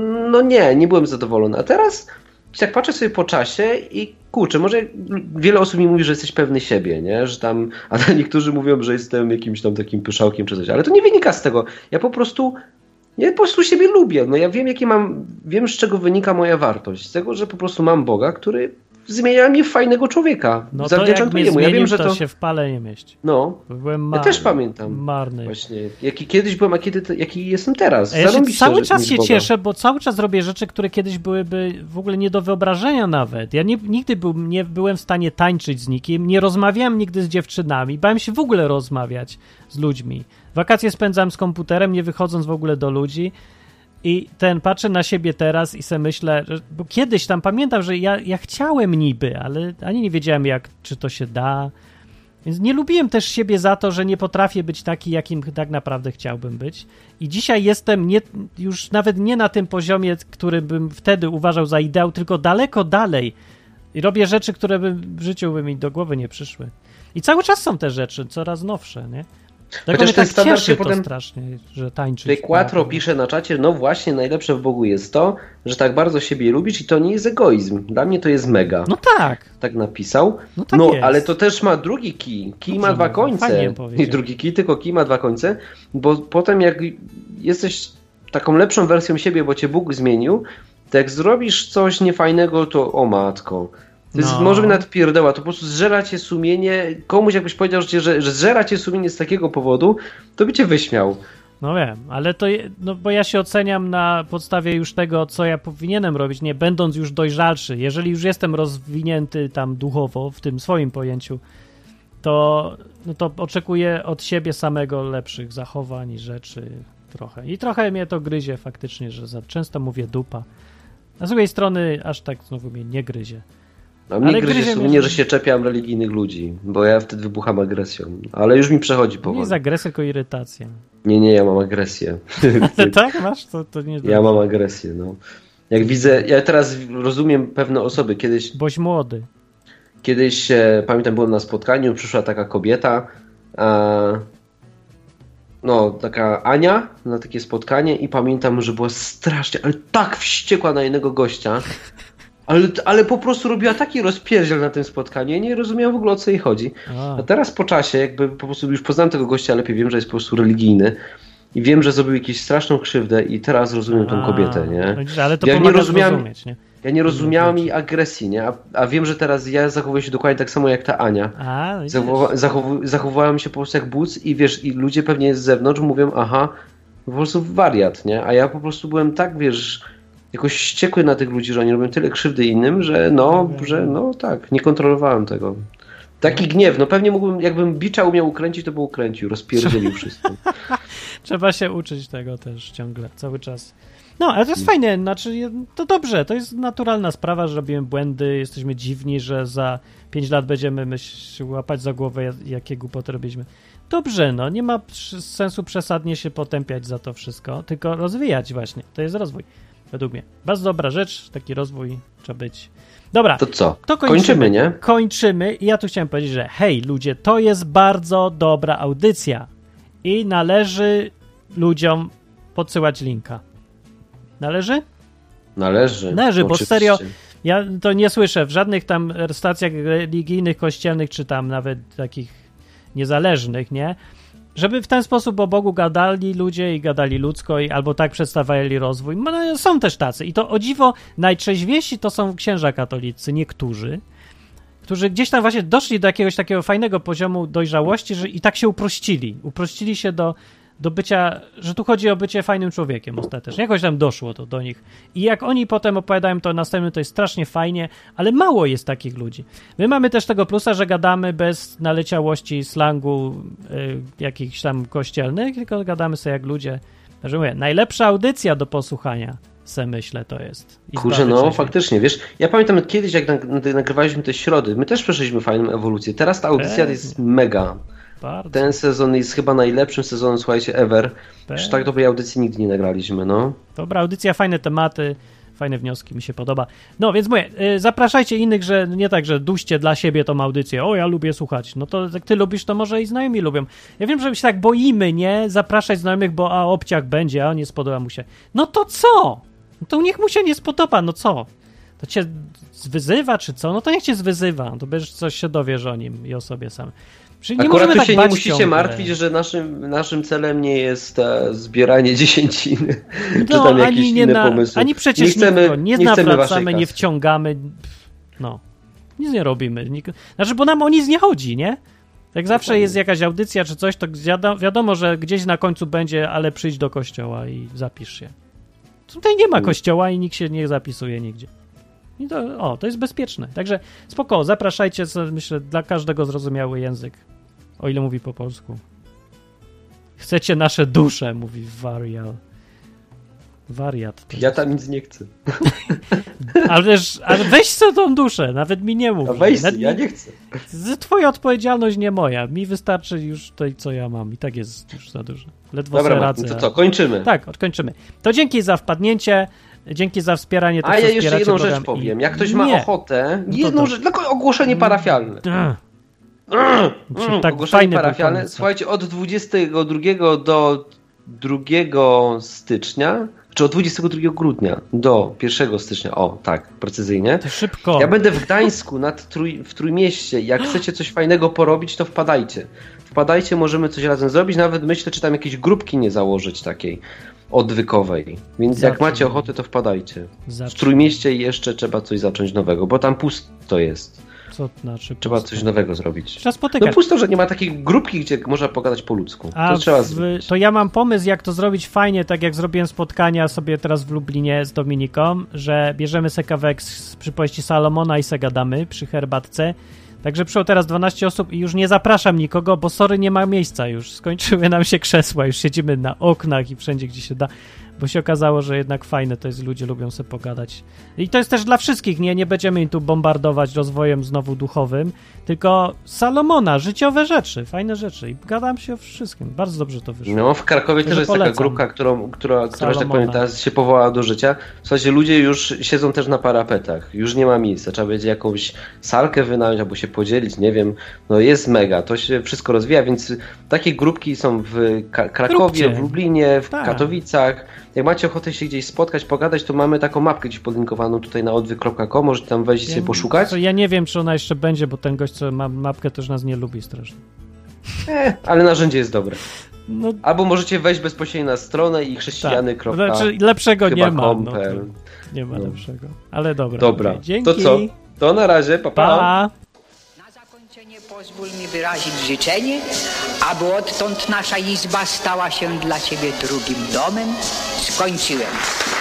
nie byłem zadowolony. A teraz tak patrzę sobie po czasie i kurczę, może wiele osób mi mówi, że jesteś pewny siebie, nie? Że tam, a niektórzy mówią, że jestem jakimś tam takim pyszałkiem czy coś, ale to nie wynika z tego. Ja po prostu siebie lubię. No ja wiem, wiem, z czego wynika moja wartość. Z tego, że po prostu mam Boga, który zmienia mnie w fajnego człowieka. No to jak mnie zmienił, ja wiem, że to się w pale nie mieści. No, byłem marny, ja też pamiętam. Marny. Właśnie, jaki kiedyś byłem, a jaki jestem teraz. Ja się cały czas się cieszę, bo cały czas robię rzeczy, które kiedyś byłyby w ogóle nie do wyobrażenia nawet. Ja nigdy nie byłem w stanie tańczyć z nikim, nie rozmawiałem nigdy z dziewczynami, bałem się w ogóle rozmawiać z ludźmi. Wakacje spędzałem z komputerem, nie wychodząc w ogóle do ludzi. I patrzę na siebie teraz i sobie myślę, bo kiedyś tam pamiętam, że ja chciałem niby, ale ani nie wiedziałem czy to się da. Więc nie lubiłem też siebie za to, że nie potrafię być taki, jakim tak naprawdę chciałbym być. I dzisiaj jestem już nawet nie na tym poziomie, który bym wtedy uważał za ideał, tylko daleko dalej. I robię rzeczy, które w życiu by mi do głowy nie przyszły. I cały czas są te rzeczy coraz nowsze, nie? Chociaż ten standard się potem strasznie, że tańczyć. Tutaj Quattro pisze na czacie, no właśnie, najlepsze w Bogu jest to, że tak bardzo siebie lubisz i to nie jest egoizm. Dla mnie to jest mega. No tak. Tak napisał. No tak jest. Ale to też ma drugi kij. Kij ma dwa końce. Nie drugi kij, tylko kij ma dwa końce, bo potem jak jesteś taką lepszą wersją siebie, bo cię Bóg zmienił, to jak zrobisz coś niefajnego, to o matko. To jest, może by nawet pierdoła, to po prostu zżera cię sumienie, komuś jakbyś powiedział, że zżera cię sumienie z takiego powodu, to by cię wyśmiał. No wiem, ale to, bo ja się oceniam na podstawie już tego, co ja powinienem robić, nie będąc już dojrzalszy. Jeżeli już jestem rozwinięty tam duchowo, w tym swoim pojęciu, to oczekuję od siebie samego lepszych zachowań i rzeczy trochę. I trochę mnie to gryzie faktycznie, że za często mówię dupa. A z drugiej strony aż tak znowu mnie nie gryzie. A mnie gryzie sumienie, że się czepiam religijnych ludzi, bo ja wtedy wybucham agresją. Ale już mi przechodzi powoli. Nie jest agresja, tylko irytacja. Nie, ja mam agresję. Ale tak masz? To nie ja mam agresję, no. Jak widzę, ja teraz rozumiem pewne osoby. Boś młody. Kiedyś, pamiętam, byłem na spotkaniu, przyszła taka kobieta, taka Ania na takie spotkanie i pamiętam, że była strasznie, ale tak wściekła na jednego gościa. Ale po prostu robiła taki rozpierdziel na tym spotkaniu. Ja nie rozumiałem w ogóle, o co jej chodzi. A teraz po czasie, jakby po prostu już poznałem tego gościa, lepiej wiem, że jest po prostu religijny i wiem, że zrobił jakąś straszną krzywdę i teraz rozumiem tą kobietę, nie? Ale to pomaga zrozumieć, nie? Ja nie rozumiałem jej agresji, nie? A wiem, że teraz ja zachowuję się dokładnie tak samo jak ta Ania. Zachowywałem się po prostu jak bóc i wiesz, i ludzie pewnie z zewnątrz mówią, po prostu wariat, nie? A ja po prostu byłem tak, wiesz, jakoś wściekły na tych ludzi, że oni robią tyle krzywdy innym, że tak, nie kontrolowałem tego. Taki gniew, pewnie mógłbym, jakbym bicza umiał ukręcić, to by ukręcił, rozpierdzielił wszystko. Trzeba się uczyć tego też ciągle, cały czas. No, ale to jest fajne, znaczy to dobrze, to jest naturalna sprawa, że robimy błędy, jesteśmy dziwni, że za 5 lat będziemy łapać za głowę, jakie głupoty robiliśmy. Dobrze, nie ma sensu przesadnie się potępiać za to wszystko, tylko rozwijać właśnie, to jest rozwój. Według mnie. Bardzo dobra rzecz, taki rozwój trzeba być. Dobra. To co? Kończymy, nie? Kończymy i ja tu chciałem powiedzieć, że hej ludzie, to jest bardzo dobra audycja i należy ludziom podsyłać linka. Należy? Należy, bo serio, ja to nie słyszę w żadnych tam stacjach religijnych, kościelnych, czy tam nawet takich niezależnych, nie? Żeby w ten sposób o Bogu gadali ludzie i gadali ludzko, albo tak przedstawiali rozwój. No, są też tacy. I to o dziwo najtrzeźwiejsi to są księża katolicy, niektórzy, którzy gdzieś tam właśnie doszli do jakiegoś takiego fajnego poziomu dojrzałości, że i tak się uprościli. Uprościli się do bycia, że tu chodzi o bycie fajnym człowiekiem ostatecznie. Jakoś tam doszło to do nich. I jak oni potem opowiadają to następnym, to jest strasznie fajnie, ale mało jest takich ludzi. My mamy też tego plusa, że gadamy bez naleciałości slangu jakichś tam kościelnych, tylko gadamy sobie jak ludzie. Że mówię, najlepsza audycja do posłuchania, myślę, to jest. Kurczę, faktycznie, wiesz, ja pamiętam kiedyś, jak nagrywaliśmy te środy, my też przeszliśmy fajną ewolucję. Teraz ta audycja jest mega. Bardzo. Ten sezon jest chyba najlepszym sezonem, słuchajcie, ever. Już tak dobrej audycji nigdy nie nagraliśmy, no. Dobra audycja, fajne tematy, fajne wnioski, mi się podoba. No więc mówię, zapraszajcie innych, że nie tak, że duście dla siebie tą audycję. O, ja lubię słuchać. No to jak ty lubisz, to może i znajomi lubią. Ja wiem, że my się tak boimy, nie? Zapraszać znajomych, bo obciach będzie, a nie spodoba mu się. No to co? No to niech mu się nie spodoba, no co? To cię zwyzywa, czy co? No to niech cię zwyzywa. To będziesz coś się dowiesz o nim i o sobie samym. Nie akurat tu się nie musicie martwić, że naszym celem nie jest zbieranie dziesięciny, czy tam jakieś inne pomysły. Ani przecież nie nawracamy, nie wciągamy, no, nic nie robimy. Znaczy, bo nam o nic nie chodzi, nie? Jak zawsze jest jakaś audycja czy coś, to wiadomo, że gdzieś na końcu będzie, ale przyjdź do kościoła i zapisz się. Tutaj nie ma kościoła i nikt się nie zapisuje nigdzie. I to jest bezpieczne. Także spoko, zapraszajcie, myślę, dla każdego zrozumiały język. O ile mówi po polsku. Chcecie nasze dusze, mówi wariat. Ja tam nic nie chcę. ale weź sobie tą duszę, nawet mi nie mów. Ja nie chcę. Twoja odpowiedzialność, nie moja. Mi wystarczy już to, co ja mam. I tak jest już za dużo. Ledwo dobra, radzę. To co, kończymy? Tak, kończymy. To dzięki za wpadnięcie. Dzięki za wspieranie. A ja jeszcze jedną rzecz powiem. Jak ktoś ma ochotę, jedną rzecz, tylko ogłoszenie parafialne. Tak ogłoszenie parafialne. Słuchajcie, od 22 do 2 stycznia, czy od 22 grudnia do 1 stycznia, o tak, precyzyjnie. To szybko. Ja będę w Gdańsku, w Trójmieście. Jak chcecie coś fajnego porobić, to wpadajcie, możemy coś razem zrobić. Nawet myślę, czy tam jakieś grupki nie założyć takiej odwykowej. Więc jak macie ochotę, to wpadajcie. W Trójmieście jeszcze trzeba coś zacząć nowego, bo tam pusto jest. Co znaczy trzeba coś nowego zrobić. Trzeba spotykać. No pusto, że nie ma takiej grupki, gdzie można pogadać po ludzku. To trzeba zrobić. To ja mam pomysł, jak to zrobić fajnie, tak jak zrobiłem spotkania sobie teraz w Lublinie z Dominiką, że bierzemy se kawałek z przypowieści Salomona i se gadamy przy herbatce. Także przyszło teraz 12 osób i już nie zapraszam nikogo, bo sorry, nie ma miejsca już. Skończyły nam się krzesła, już siedzimy na oknach i wszędzie, gdzie się da. Bo się okazało, że jednak fajne to jest, ludzie lubią sobie pogadać. I to jest też dla wszystkich, nie będziemy im tu bombardować rozwojem znowu duchowym, tylko Salomona, życiowe rzeczy, fajne rzeczy i gadam się o wszystkim. Bardzo dobrze to wyszło. No, w Krakowie też jest taka grupka, która że tak powiem, teraz się powołała do życia. W zasadzie ludzie już siedzą też na parapetach, już nie ma miejsca, trzeba będzie jakąś salkę wynająć albo się podzielić, nie wiem, no jest mega, to się wszystko rozwija, więc takie grupki są w Krakowie, w Lublinie, w Katowicach. Jak macie ochotę się gdzieś spotkać, pogadać, to mamy taką mapkę gdzieś podlinkowaną tutaj na odwyk.com, możecie tam wejść i sobie poszukać. Ja nie wiem, czy ona jeszcze będzie, bo ten gość, co ma mapkę, też nas nie lubi strasznie. Ale narzędzie jest dobre. No. Albo możecie wejść bezpośrednio na stronę i chrześcijany.com. Znaczy, lepszego nie ma. Nie ma lepszego. Ale dobra. Okay. Dzięki. To co? To na razie, pa. Pa. Pozwól mi wyrazić życzenie, aby odtąd nasza izba stała się dla Ciebie drugim domem. Skończyłem.